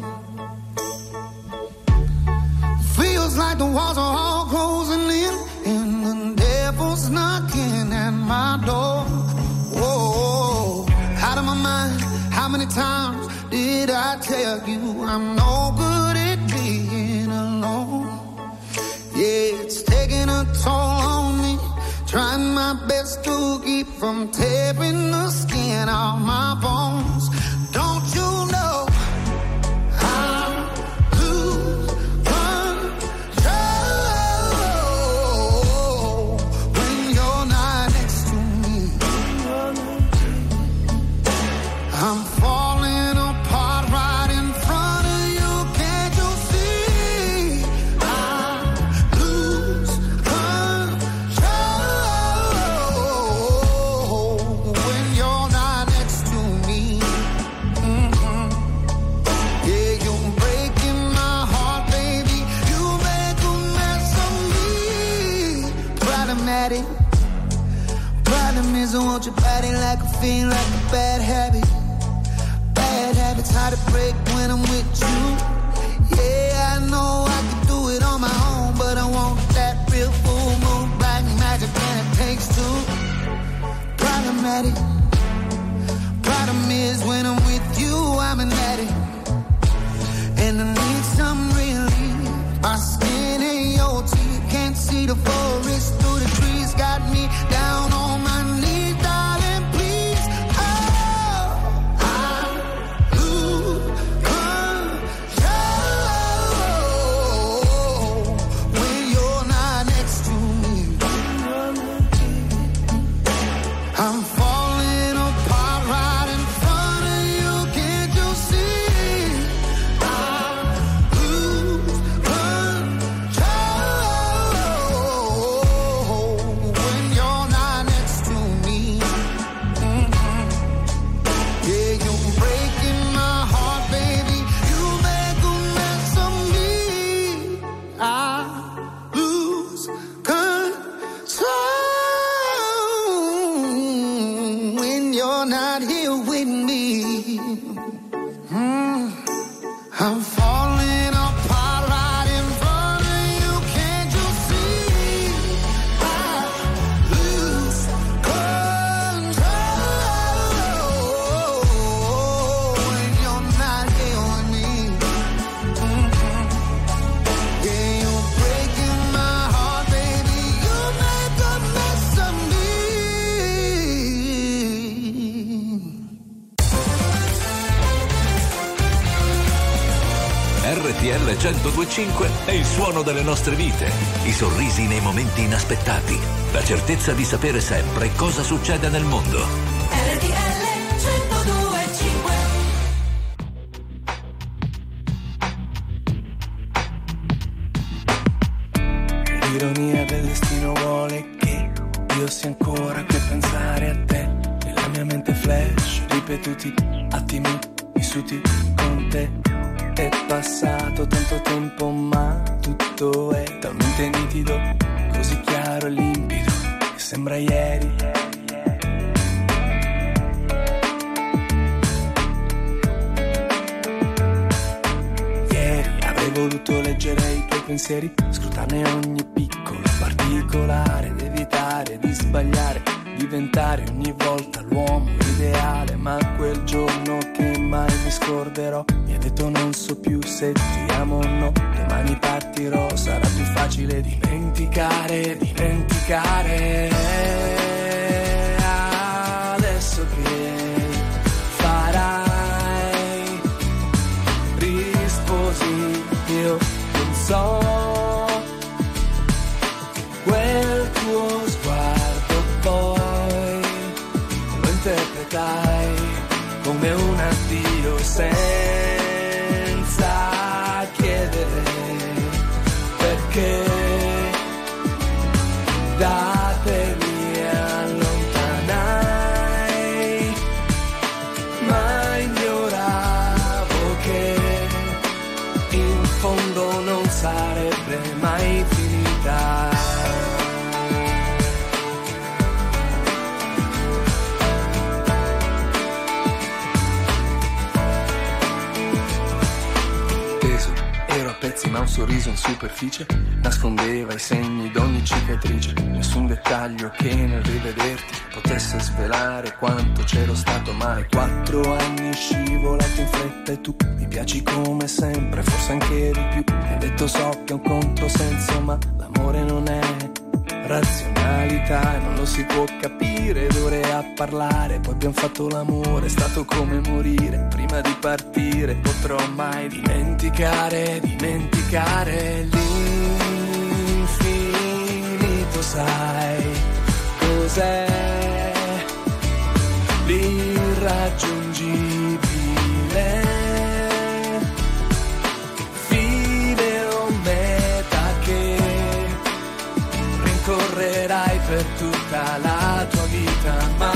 Feels like the walls are all closing in, and the devil's knocking at my door. Whoa, out of my mind, how many times did I tell you I'm no good at being alone? Yeah, it's taking a toll on me, trying my best to keep from tearing the skin off my bones. Don't you know I lose control when you're not next to me? I'm falling apart right in front of you. Can't you see? I lose control when you're not next to me. Yeah, you're breaking my heart, baby. You make a mess of me. Problematic. Problem is I want your body like a fiend, like a bad habit. Bad habits hard to break when I'm with you. Yeah, I know I can do it on my own, but I want that real full moon black magic, and it takes two. Problematic. Problem is when I'm with you, I'm an addict, and I need some relief. My skin ain't your teeth, can't see the forest through the trees. Got me down on my knees, darling, please. I'm falling apart right in front of you. Can't you see? I lose control when you're not next to me. Yeah, you're breaking my heart, baby. You make a mess of me. I lose control when you're not here with me. I'm falling apart right in front of you. Can't you see? I lose control when you're not here with me. Yeah, you're breaking my heart, baby. You make a mess of me. RTL 102.5 è il suono delle nostre vite, i sorrisi nei momenti inaspettati, la certezza di sapere sempre cosa succede nel mondo. RTL 102.5. L'ironia del destino vuole che io sia ancora qui a pensare a te. Nella mia mente flash, ripetuti attimi vissuti con te. È passato tanto tempo ma tutto è talmente nitido, così chiaro e limpido, che sembra ieri. voluto leggere i tuoi pensieri, scrutarne ogni piccolo particolare ed evitare di sbagliare, diventare ogni volta l'uomo ideale. Ma quel giorno che mai mi scorderò mi ha detto non so più se ti amo o no, domani partirò, sarà più facile dimenticare. Adesso che farai? Risposi io non so, quel tuo sguardo poi lo interpretai come un addio senza chiedere perché da te mi allontanai, ma ignoravo che in fondo non sarebbe mai finita. Ma un sorriso in superficie nascondeva i segni d'ogni cicatrice, nessun dettaglio che nel rivederti potesse svelare quanto c'ero stato male. 4 anni scivolato in fretta e tu mi piaci come sempre, forse anche di più. Mi hai detto so che è un controsenso, ma l'amore non è razionalità, non lo si può capire, d'ore a parlare, poi abbiamo fatto l'amore, è stato come morire, prima di partire potrò mai dimenticare l'infinito, sai cos'è l'irraggiungibile, fine o meta che rincorrerai per tutta la tua vita, ma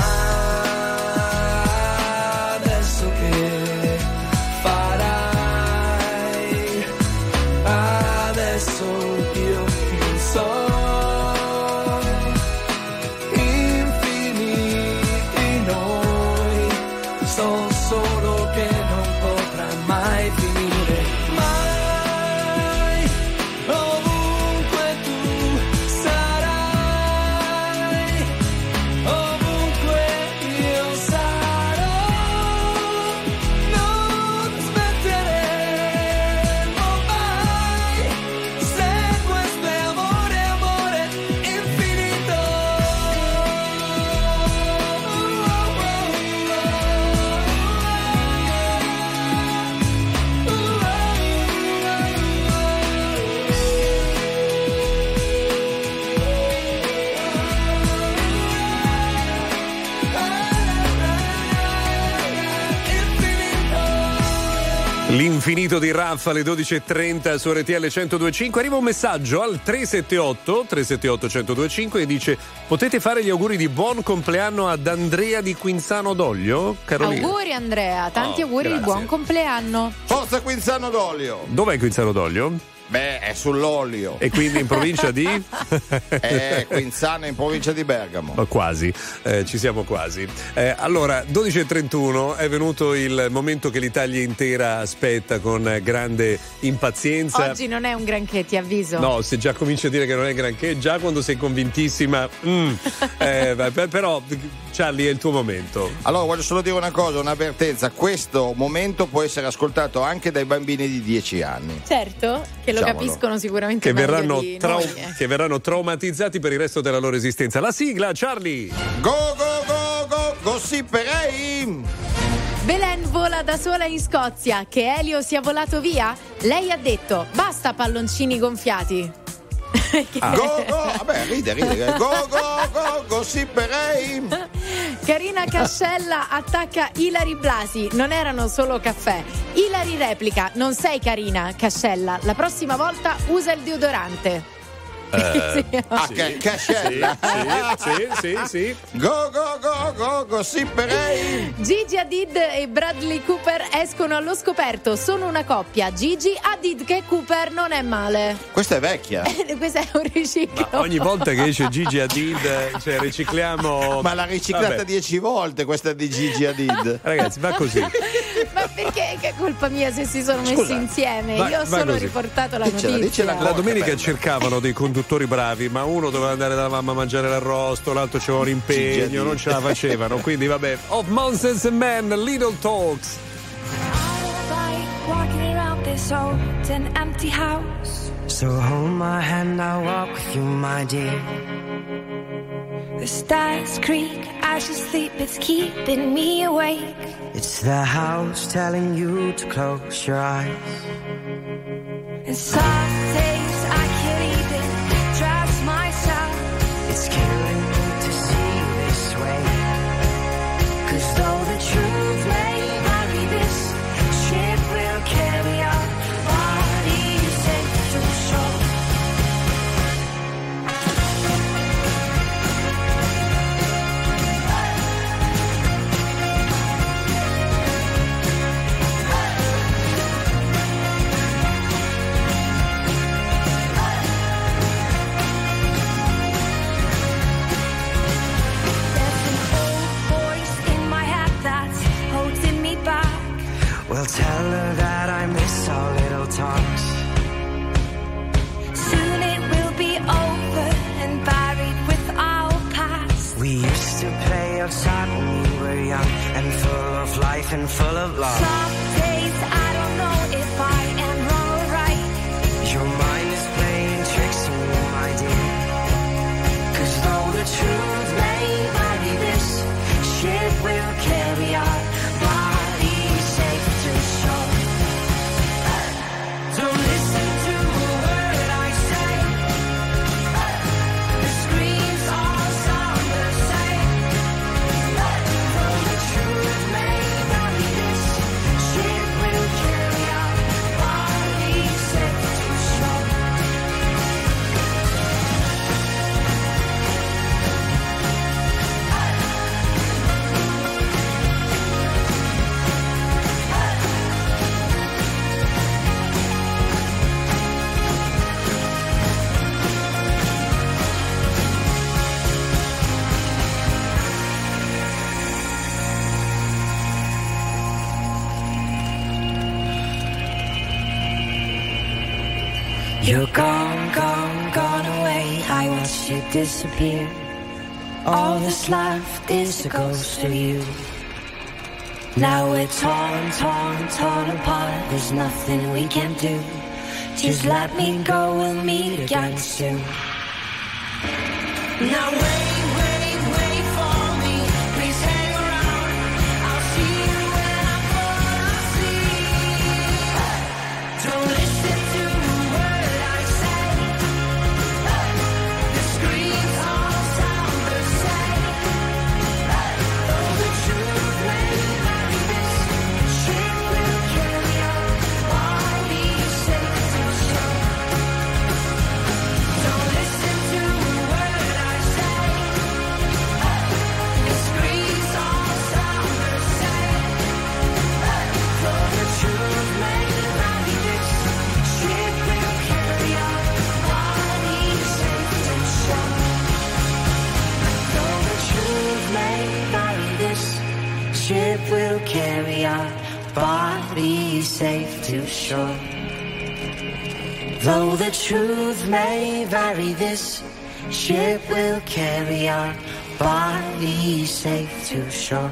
adesso che farai? Adesso io non so, infiniti noi, so solo che non potrà mai finire, mai, ovunque tu sarai, ovunque io sarò, non smetteremo mai, se questo è amore, amore infinito. L'infinito di Raffa alle 12.30 su RTL 102.5. Arriva un messaggio al 378 1025 e dice: potete fare gli auguri di buon compleanno ad Andrea di Quinzano d'Olio? Carolina. Auguri Andrea, tanti auguri grazie. di buon compleanno. Forza Quinzano d'Olio. Dov'è Quinzano d'Olio? Beh, è sull'olio. E quindi in provincia di? Quinzano in provincia di Bergamo. Quasi, ci siamo quasi. Allora, 12.31 è venuto il momento che l'Italia intera aspetta con grande impazienza. Oggi non è un granché, ti avviso. No, se già cominci a dire che non è granché, già quando sei convintissima. Però, Charlie, è il tuo momento. Allora, voglio solo dire una cosa, un'avvertenza. Questo momento può essere ascoltato anche dai bambini di 10 anni. Certo, che lo capiscono sicuramente che meglio verranno di noi. che verranno traumatizzati per il resto della loro esistenza. La sigla, Charlie. Go go go go gossiperei. Belen vola da sola in Scozia, che Elio sia volato via? Lei ha detto basta palloncini gonfiati. Go go, vabbè, ride. Go go go gossiperei. Carina Cascella attacca Ilari Blasi, non erano solo caffè. Ilari replica: non sei Carina Cascella, la prossima volta usa il deodorante. Cascella. Sì. Go go go go gossiperei. Gigi Hadid e Bradley Cooper escono allo scoperto, sono una coppia. Gigi Hadid che Cooper non è male. Questa è vecchia. Questo è un riciclo. Ma ogni volta che esce Gigi Hadid, cioè ricicliamo. Ma l'ha riciclata 10 volte questa di Gigi Hadid. Ragazzi, va così. Va perché che è colpa mia se si sono messi Scusa, insieme? vai- Io ho vai solo così. riportato la Dicela, notizia. dicela. La domenica cercavano dei conduttori bravi, ma uno doveva andare dalla mamma a mangiare l'arrosto, l'altro c'aveva un impegno, non ce la facevano. Quindi vabbè. Of Monsters and Men, Little Talks. Walking around this old and empty house. So hold my hand, I'll walk with you, my dear. The stars creak as you sleep, it's keeping me awake. It's the house telling you to close your eyes. And some days I can't even trust myself. It's killing me to see you this way. 'Cause though the truth may vary, this ship will carry our bodies safe to shore. Well, tell her that I miss our little talks. Soon it will be over and buried with our past. We used to play outside when we were young and full of life and full of love. Some days I don't know if I am wrong or right. Your mind is playing tricks on you, my dear. 'Cause though the truth may vary, this ship will carry our bodies safe to shore. Don't listen to a word I say. The screams all sound the same. Though the truth may vary, this ship will carry our bodies safe to shore. You're gone, gone, gone away. I watched you disappear. All that's left is a ghost of you. Now we're torn, torn, torn apart. There's nothing we can do. Just let me go, we'll meet again soon. Now wait, wait, wait for me. Please hang around. I'll see you when I fall asleep. Don't listen to a word I say. The screams all sound the same. Though the truth may vary, this ship will carry our bodies safe to shore. Don't listen to a word I say. The screams all sound the same. Though the truth may vary, this ship will carry our bodies safe to shore. Though the truth may vary, this ship will carry our bodies safe to shore. Though the truth may vary, this ship will carry our bodies safe to shore.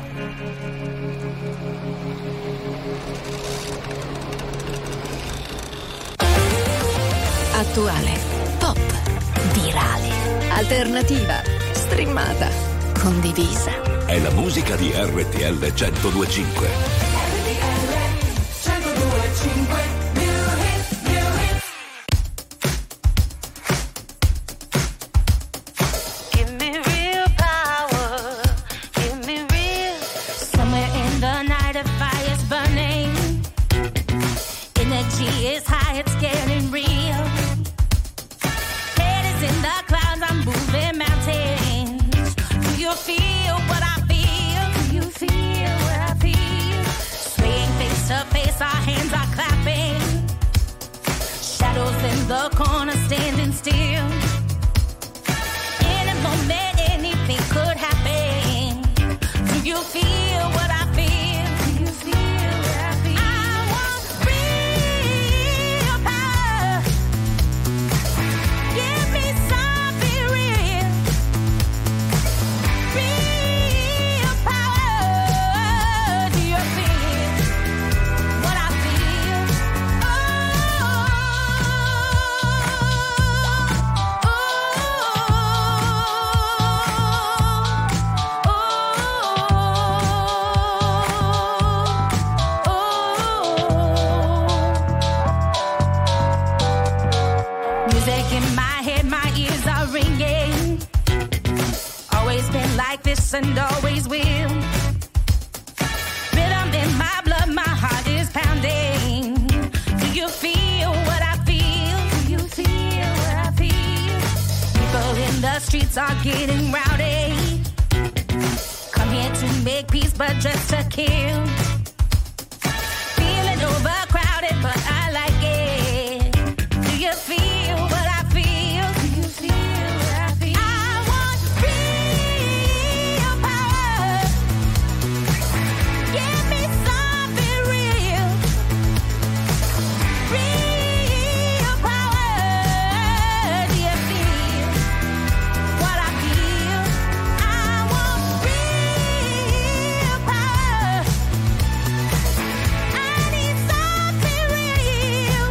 Attuale, pop, virale, alternativa, streamata, condivisa. È la musica di RTL 102.5. Give me real power, give me real. Somewhere in the night a fire's burning. Energy is high, it's getting real. Head is in the clouds, I'm moving mountains. Do you feel what I feel? Do you feel what I feel? Swaying face to face, our hands are clapping. Shadows in the corner standing still. In a moment, anything could happen. Do you feel what I feel? Do you feel what I feel? has and always will. Rhythm in my blood, my heart is pounding. Do you feel what I feel? Do you feel what I feel? People in the streets are getting rowdy. Come here to make peace, but just to kill. Feeling overcrowded, but I like it. Do you feel what I feel? Do you feel what I feel? I want real power. Give me something real. Real power. Do you feel what I feel? I want real power. I need something real.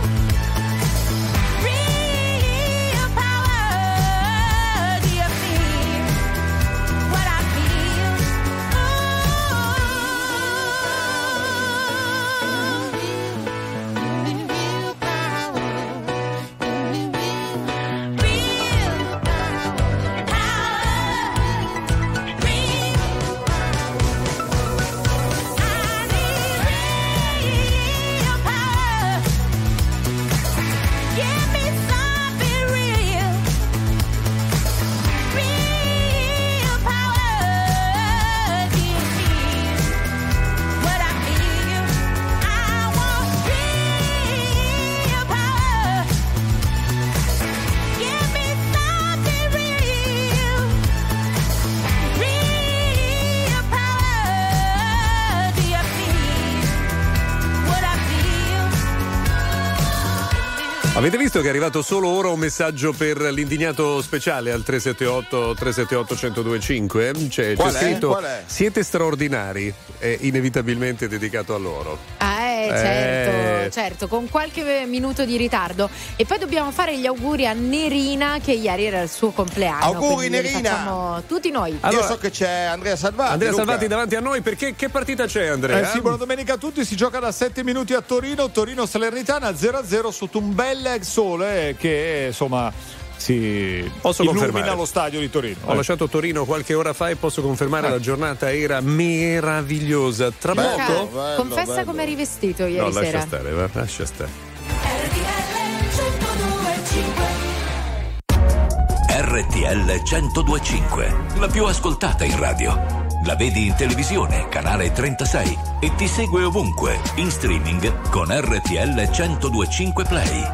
Real power. Do you feel what I feel? Give me something real. Real power. Do you feel what I feel? I want real power. Give me something real. Real power. Do you feel what I feel? Avete visto che è arrivato solo ora un messaggio per l'indignato speciale al 378-378-1025? C'è Qual è? scritto: Qual è? siete straordinari, è inevitabilmente dedicato a loro. Certo, con qualche minuto di ritardo. E poi dobbiamo fare gli auguri a Nerina, che ieri era il suo compleanno. Auguri, quindi li Nerina! facciamo tutti noi. Io so che c'è Andrea Salvati. Andrea Luca. Salvati davanti a noi, perché che partita c'è, Andrea? Sì, buona domenica a tutti. Si gioca da 7 minuti a Torino, Salernitana 0-0 sotto un bel sole che insomma si Posso illumina confermare. lo stadio di Torino. Ho lasciato Torino qualche ora fa e posso confermare la giornata era meravigliosa. Tra poco? Confessa come eri vestito ieri No, sera. lascia stare, va, lascia stare. RTL 1025, la più ascoltata in radio. La vedi in televisione, canale 36 e ti segue ovunque, in streaming con RTL 1025 Play.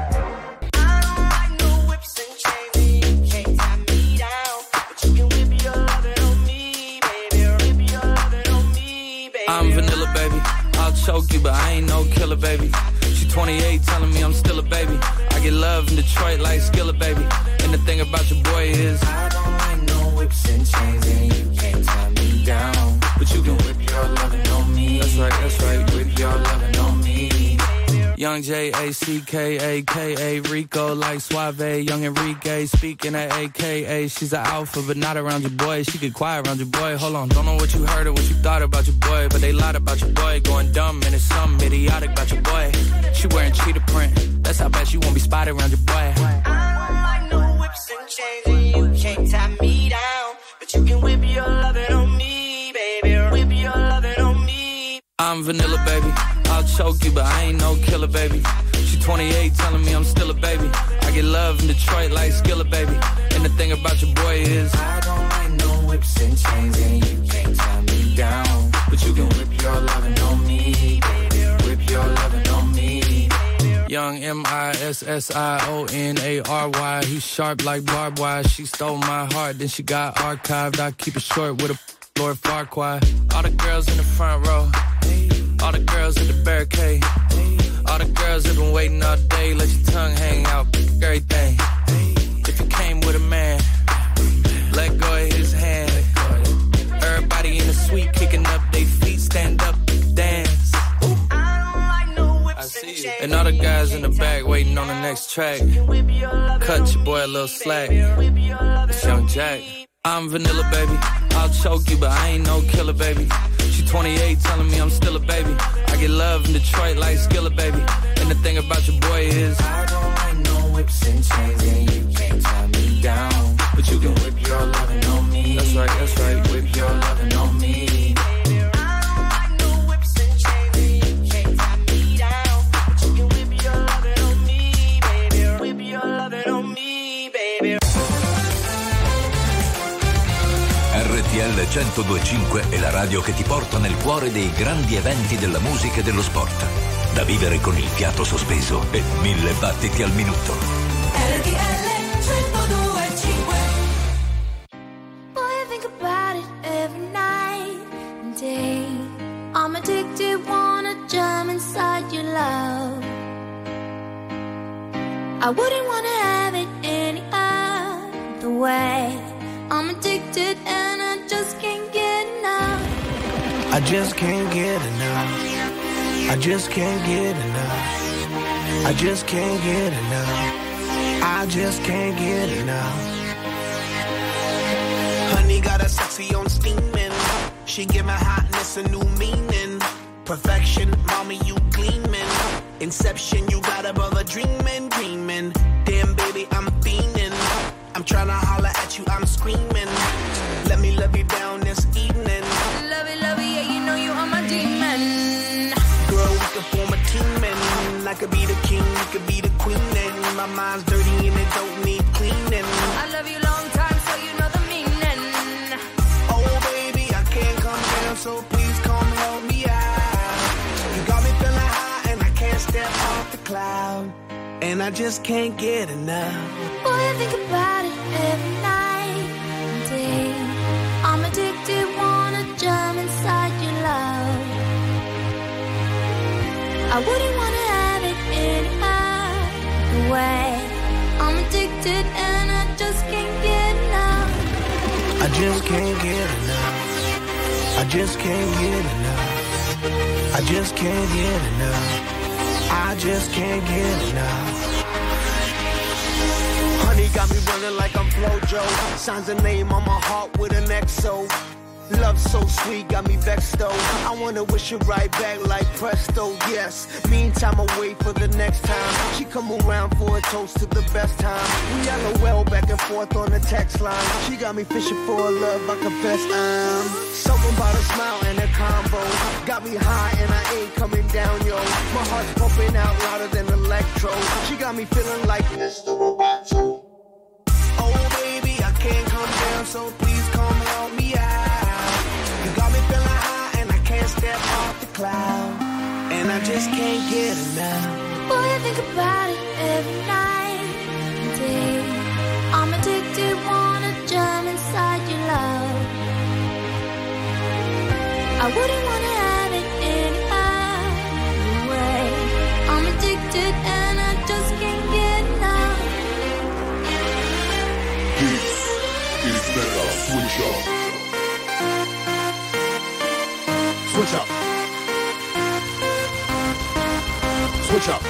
I'm vanilla, baby. I'll choke you, but I ain't no killer, baby. She 28, telling me I'm still a baby. I get love in Detroit like Skilla, baby. And the thing about your boy is I don't like no whips and chains, and you can't tie me down. But you can whip your lovin' on me. That's right, whip your lovin' on me. Young J-A-C-K-A-K-A, Rico like Suave, young Enrique, speaking at AKA. She's an alpha, but not around your boy. She get quiet around your boy. Hold on, don't know what you heard or what you thought about your boy, but they lied about your boy. Going dumb and it's something idiotic about your boy. She wearing cheetah print, that's how bad she won't be spotted around your boy. I don't like no whips and chains, and you can't tie me down. But you can whip your lovin' on me, baby. Whip your lovin' on me. I'm vanilla, baby. I'll choke you, but I ain't no killer, baby. She 28, telling me I'm still a baby. I get love in Detroit like Skilla, baby. And the thing about your boy is I don't like no whips and chains, and you can't tie me down. But you can whip your lovin' on me, baby. Whip your lovin' on me. Young M-I-S-S-I-O-N-A-R-Y. He's sharp like barbed wire. She stole my heart, then she got archived. I keep it short with a Lord Farquaad. All the girls in the front row. All the girls at the barricade. All the girls have been waiting all day. Let your tongue hang out, everything. If you came with a man, let go of his hand. Everybody in the suite kicking up their feet. Stand up, dance. I see you. And all the guys in the back waiting on the next track. Cut your boy a little slack. It's Young Jack. I'm vanilla, baby. I'll choke you, but I ain't no killer, baby. She 28, telling me I'm still a baby. I get love in Detroit like Skilla, baby. And the thing about your boy is I don't like no whips and chains, and you can't tie me down. But you can whip your lovin' on me. That's that's right. Whip your lovin' on me. RTL 102.5 è la radio che ti porta nel cuore dei grandi eventi della musica e dello sport. Da vivere con il fiato sospeso e 1000 battiti al minuto. RTL 102.5. Boy, I think about it every night and day. I'm addicted, wanna jump inside your love. I wouldn't wanna have it any other way. I'm addicted and I just can't get enough. I just can't get enough. I just can't get enough. I just can't get enough. I just can't get enough. Honey got a sexy on steaming. She give my hotness a new meaning. Perfection, mommy, you gleaming. Inception, you got a brother dreaming, dreaming. Damn, baby, I'm fiending. I'm tryna holler at you, I'm screaming. Let me love you down this evening. Love it, yeah, you know you are my demon. Girl, we could form a team and I could be the king, you could be the queen. And my mind's dirty and it don't need cleaning. I love you long time, so you know the meaning. Oh, baby, I can't come down, so please come help me out. You got me feeling high and I can't step off the cloud. And I just can't get enough. Boy, I think about it every night and day. I'm addicted, wanna jump inside your love. I wouldn't wanna have it any other way. I'm addicted and I just can't get enough. I just can't get enough. I just can't get enough. I just can't get enough. I just can't get enough. Honey got me running like I'm Flojo. Signs a name on my heart with an XO. Love so sweet, got me vexed though. I wanna wish it right back like presto, yes. Meantime, I wait for the next time she come around for a toast to the best time. We LOL back and forth on the text line. She got me fishing for a love, I confess I'm something about a smile and a combo. Got me high and I ain't coming down, yo. My heart's pumping out louder than electro. She got me feeling like Mr. Roboto. Oh baby, I can't come down, so please come help me out. Step off the cloud, and I just can't get enough. Boy, I think about it every night and day. I'm addicted, wanna jump inside your love. I wouldn't wanna have it any other way. I'm addicted and I just can't get enough. This is better switch up. Switch up. Switch up.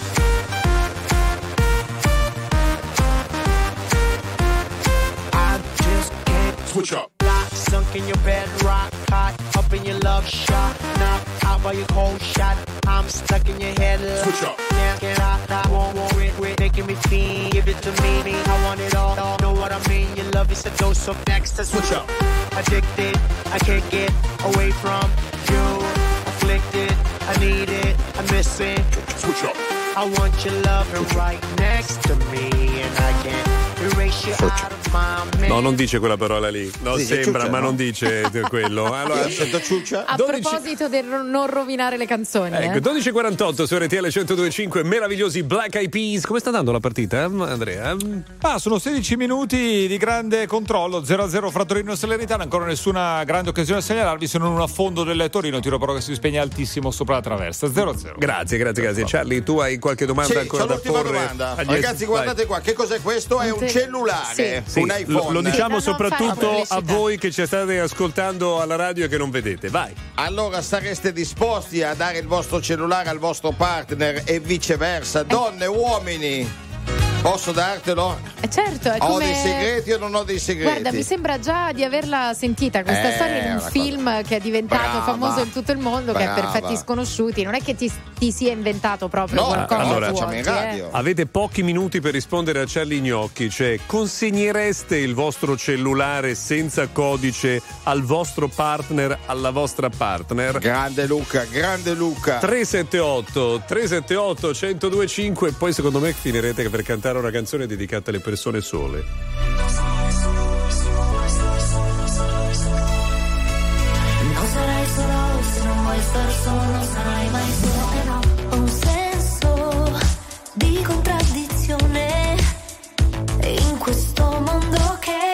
I just can't switch up. Sunk in your bed, rock hot, up in your love shot, knock out by your cold shot. I'm stuck in your head. Switch up. Can't get out, I won't it, making me feel. Give it to me, I want it all. Know what I mean? Your love is a dose of next. Switch up. Addicted, I can't get away from you. Afflicted, I need it, I miss it. Switch up. I want your loving right next to me, and I can't erase you out of my mind. No, non dice quella parola lì. No, Dice sembra, ciuccia, ma no? non dice quello. Allora, sento ciuccia. A proposito del non rovinare le canzoni. ecco, 12:48 su RTL 102.5, meravigliosi Black Eyed Peas. Come sta andando la partita, Andrea? Sono 16 minuti di grande controllo, 0-0 fra Torino e Salernitana, ancora nessuna grande occasione a segnalarvi, se non un affondo del Torino, tiro però che si spegne altissimo sopra la traversa, 0-0. Grazie. Charlie, tu hai qualche domanda Sì, ancora c'ho da l'ultima porre? domanda. agli Ragazzi, guardate qua, che cos'è questo? È un cellulare, un iPhone. Lo diciamo soprattutto a a voi che ci state ascoltando alla radio e che non vedete. Vai. Allora, sareste disposti a dare il vostro cellulare al vostro partner e viceversa, donne e uomini? Posso dartelo? Certo, è Ho come... dei segreti o non ho dei segreti? Guarda, mi sembra già di averla sentita questa storia in un una film che è diventato famoso in tutto il mondo, che è Brava. Perfetti Sconosciuti. Non è che ti sia inventato proprio No, qualcosa. allora, tu facciamo in oggi, radio. Avete pochi minuti per rispondere a Charlie Gnocchi, cioè consegnereste il vostro cellulare senza codice al vostro partner, alla vostra partner? Grande Luca, grande Luca. 378 1025, poi secondo me finirete per cantare una canzone dedicata alle persone sole. Non sarai solo se non vuoi star solo, non sarai mai solo e no. Ho un senso di contraddizione in questo mondo che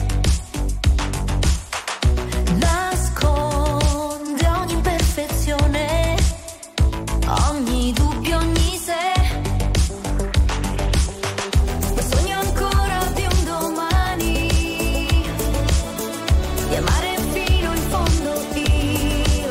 nasconde ogni imperfezione, ogni dubbio, ogni se. Ma sogno ancora di un domani, di amare fino in fondo io,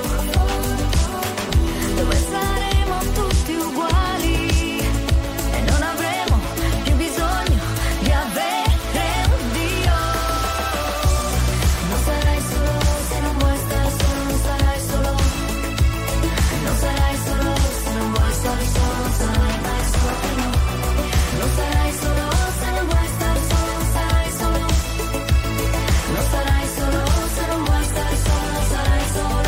dove saremo tutti uguali e non avremo più bisogno di avere un Dio. Non sarai solo se non vuoi star solo, non sarai solo. Non sarai solo se non vuoi star solo, non sarai mai solo e no. Non sarai solo se non vuoi star solo, non sarai solo. Non sarai solo se non vuoi star solo, non sarai solo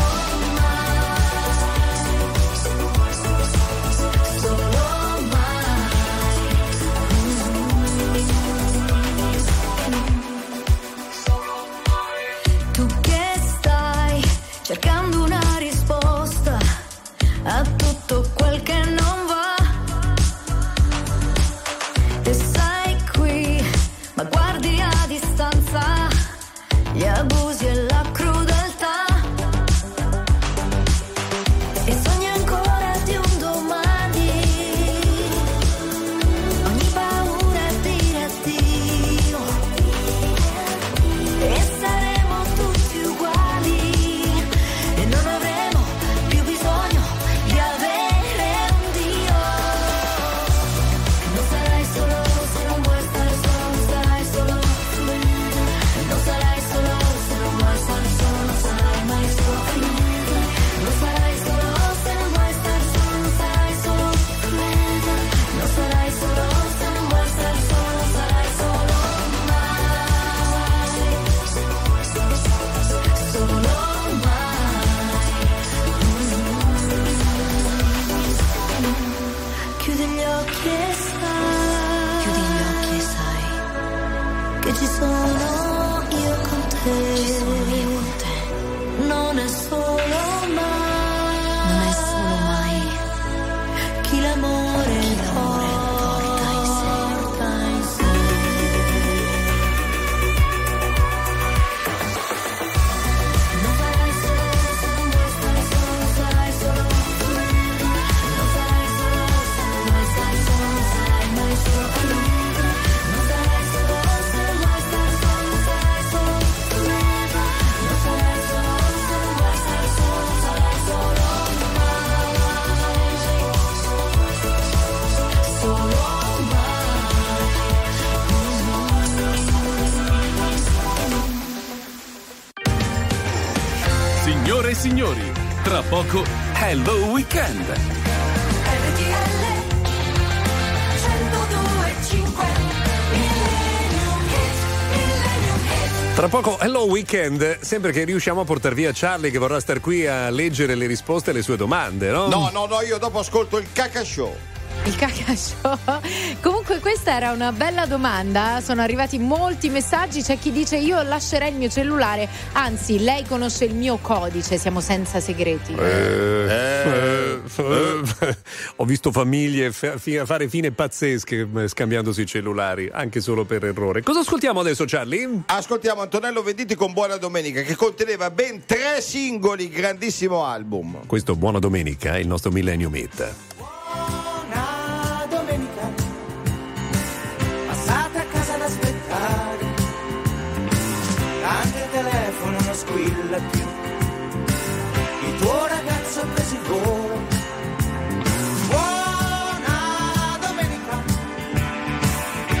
mai. Tu che stai cercando una risposta a tutto quel che non va, e sei qui ma guardi a distanza gli abusi e la crudeltà, e sogni ancora di un domani, ogni paura è dire addio, e saremo tutti uguali e non avremo più bisogno di avere un Dio. Non sarai solo se non vuoi stare solo, non sarai solo. Non sarai solo se non vuoi stare solo, non sarai mai solo. Non sarai solo se non vuoi stare solo, non sarai solo. Non sarai solo se non vuoi stare solo, non sarai solo mai. Solo mai. Chiudi gli occhi e sai. Chiudi gli occhi e sai che ci sono io con te. Ci sono io con te. Non è solo mai. Non è solo mai. Chi l'amore porta in sé. Non sarai solo se non vuoi stare solo, non sarai solo. Non sarai solo se non vuoi stare solo, non sarai mai solo. Non sarai solo se non vuoi stare solo, non sarai solo. Non sarai solo se non vuoi stare solo, non sarai solo mai. Solo Signore e signori, tra poco Hello Weekend. Tra poco Hello Weekend, sempre che riusciamo a portar via Charlie che vorrà star qui a leggere le risposte alle sue domande, no? No, io dopo ascolto il Caca Show. Il Caca Show. Comunque questa era una bella domanda, sono arrivati molti messaggi, c'è chi dice io lascerei il mio cellulare, anzi lei conosce il mio codice, siamo senza segreti. Ho visto famiglie fare fine pazzesche scambiandosi i cellulari, anche solo per errore. Cosa ascoltiamo adesso, Charlie? Ascoltiamo Antonello Venditti con Buona Domenica, che conteneva ben 3 singoli, grandissimo album. Questo Buona Domenica, il nostro Millennium Hit. Buona domenica, passate a casa ad aspettare, anche il telefono non squilla più, il tuo ragazzo ha preso il volo. Buona domenica,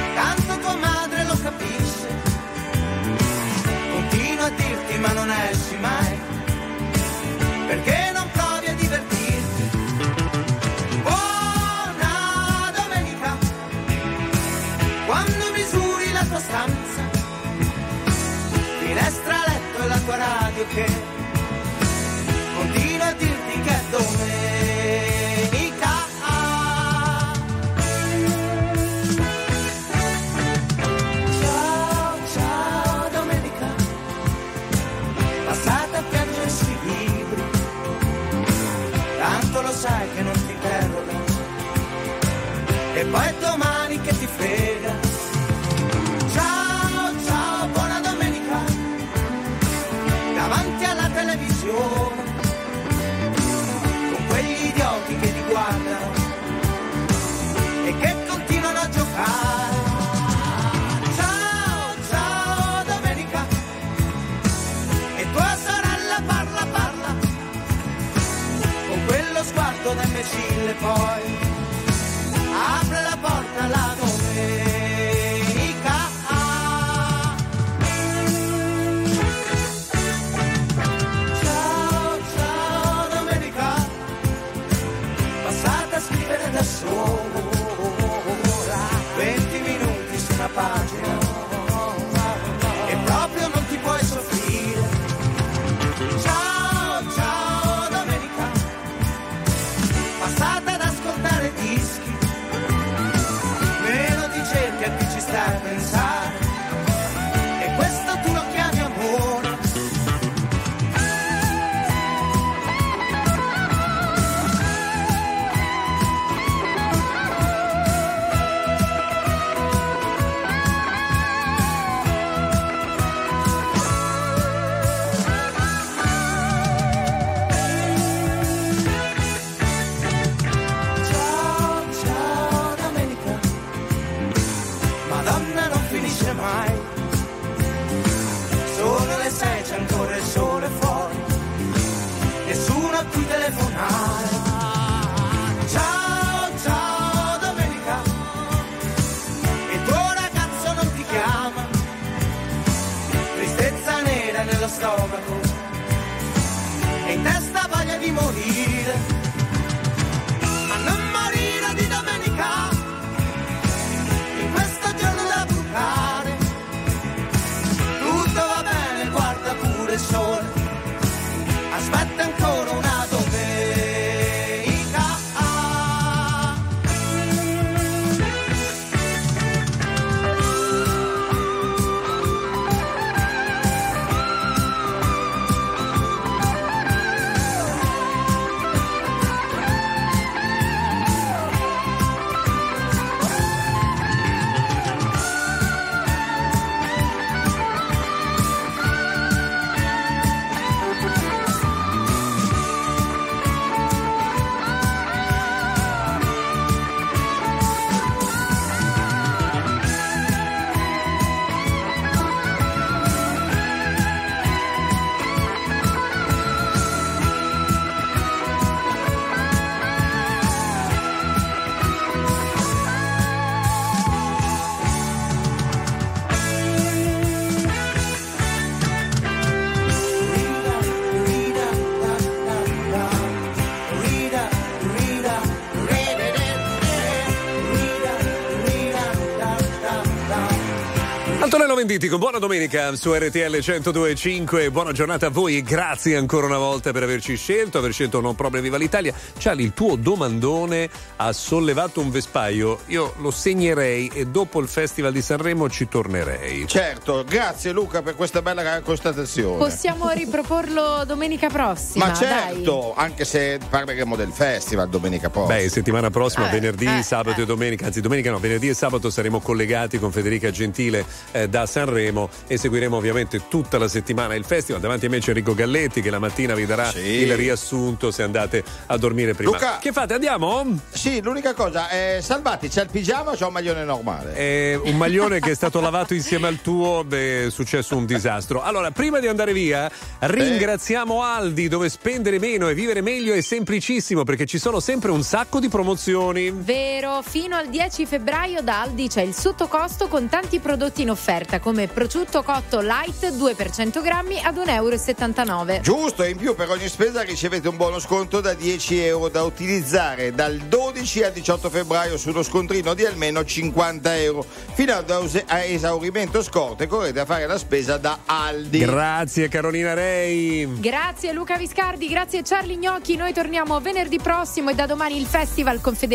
tutto da imbecille poi apre la porta la domenica. Ciao, ciao domenica, passata a scrivere da sola 20 minuti su una pagina e proprio non ti puoi soffrire. Ciao, ciao domenica, passata ad ascoltare dischi, meno ti cerchi e ti ci stai a pensare, e questo tu lo chiami amore. Ciao, ciao domenica, Madonna non finisce mai, sono le 6, c'è ancora il sole fuori, nessuno a cui telefonare. Ciao, ciao domenica, il tuo ragazzo non ti chiama, tristezza nera nello stomaco e in testa voglia di morire, ma non morire di domenica, in questo giorno da bucare. Tutto va bene, guarda pure il sole, aspetta ancora una domenica. Antonello Venditti con buona domenica su RTL 102.5. Buona giornata a voi e grazie ancora una volta per aver scelto Non Proprio Viva l'Italia. Charlie, il tuo domandone ha sollevato un vespaio, io lo segnerei e dopo il Festival di Sanremo ci tornerei. Certo, grazie Luca per questa bella constatazione. Possiamo riproporlo domenica prossima. Ma certo, dai. anche se parleremo del festival domenica prossima. Beh, settimana prossima, venerdì, sabato e domenica, anzi domenica no, venerdì e sabato saremo collegati con Federica Gentile da Sanremo e seguiremo ovviamente tutta la settimana il festival. Davanti a me c'è Enrico Galletti che la mattina vi darà il riassunto se andate a dormire prima. Luca, che fate? Andiamo? Sì, l'unica cosa, Salvati, c'è il pigiama o c'è un maglione normale? Un maglione che è stato lavato insieme al tuo, è successo un disastro. Allora, prima di andare via, ringraziamo Aldi, dove spendere meno e vivere meglio è semplicissimo perché ci sono sempre un sacco di promozioni. Vero, fino al 10 febbraio da Aldi c'è il sottocosto con tanti prodotti in offerta come prosciutto cotto light 2 per 100 grammi ad €1,79. Giusto, e in più per ogni spesa ricevete un buono sconto da €10 da utilizzare dal 12 al 18 febbraio su uno scontrino di almeno €50. Fino a esaurimento scorte correte a fare la spesa da Aldi. Grazie Carolina Rei. Grazie Luca Viscardi, grazie Charlie Gnocchi. Noi torniamo venerdì prossimo e da domani il Festival con Federica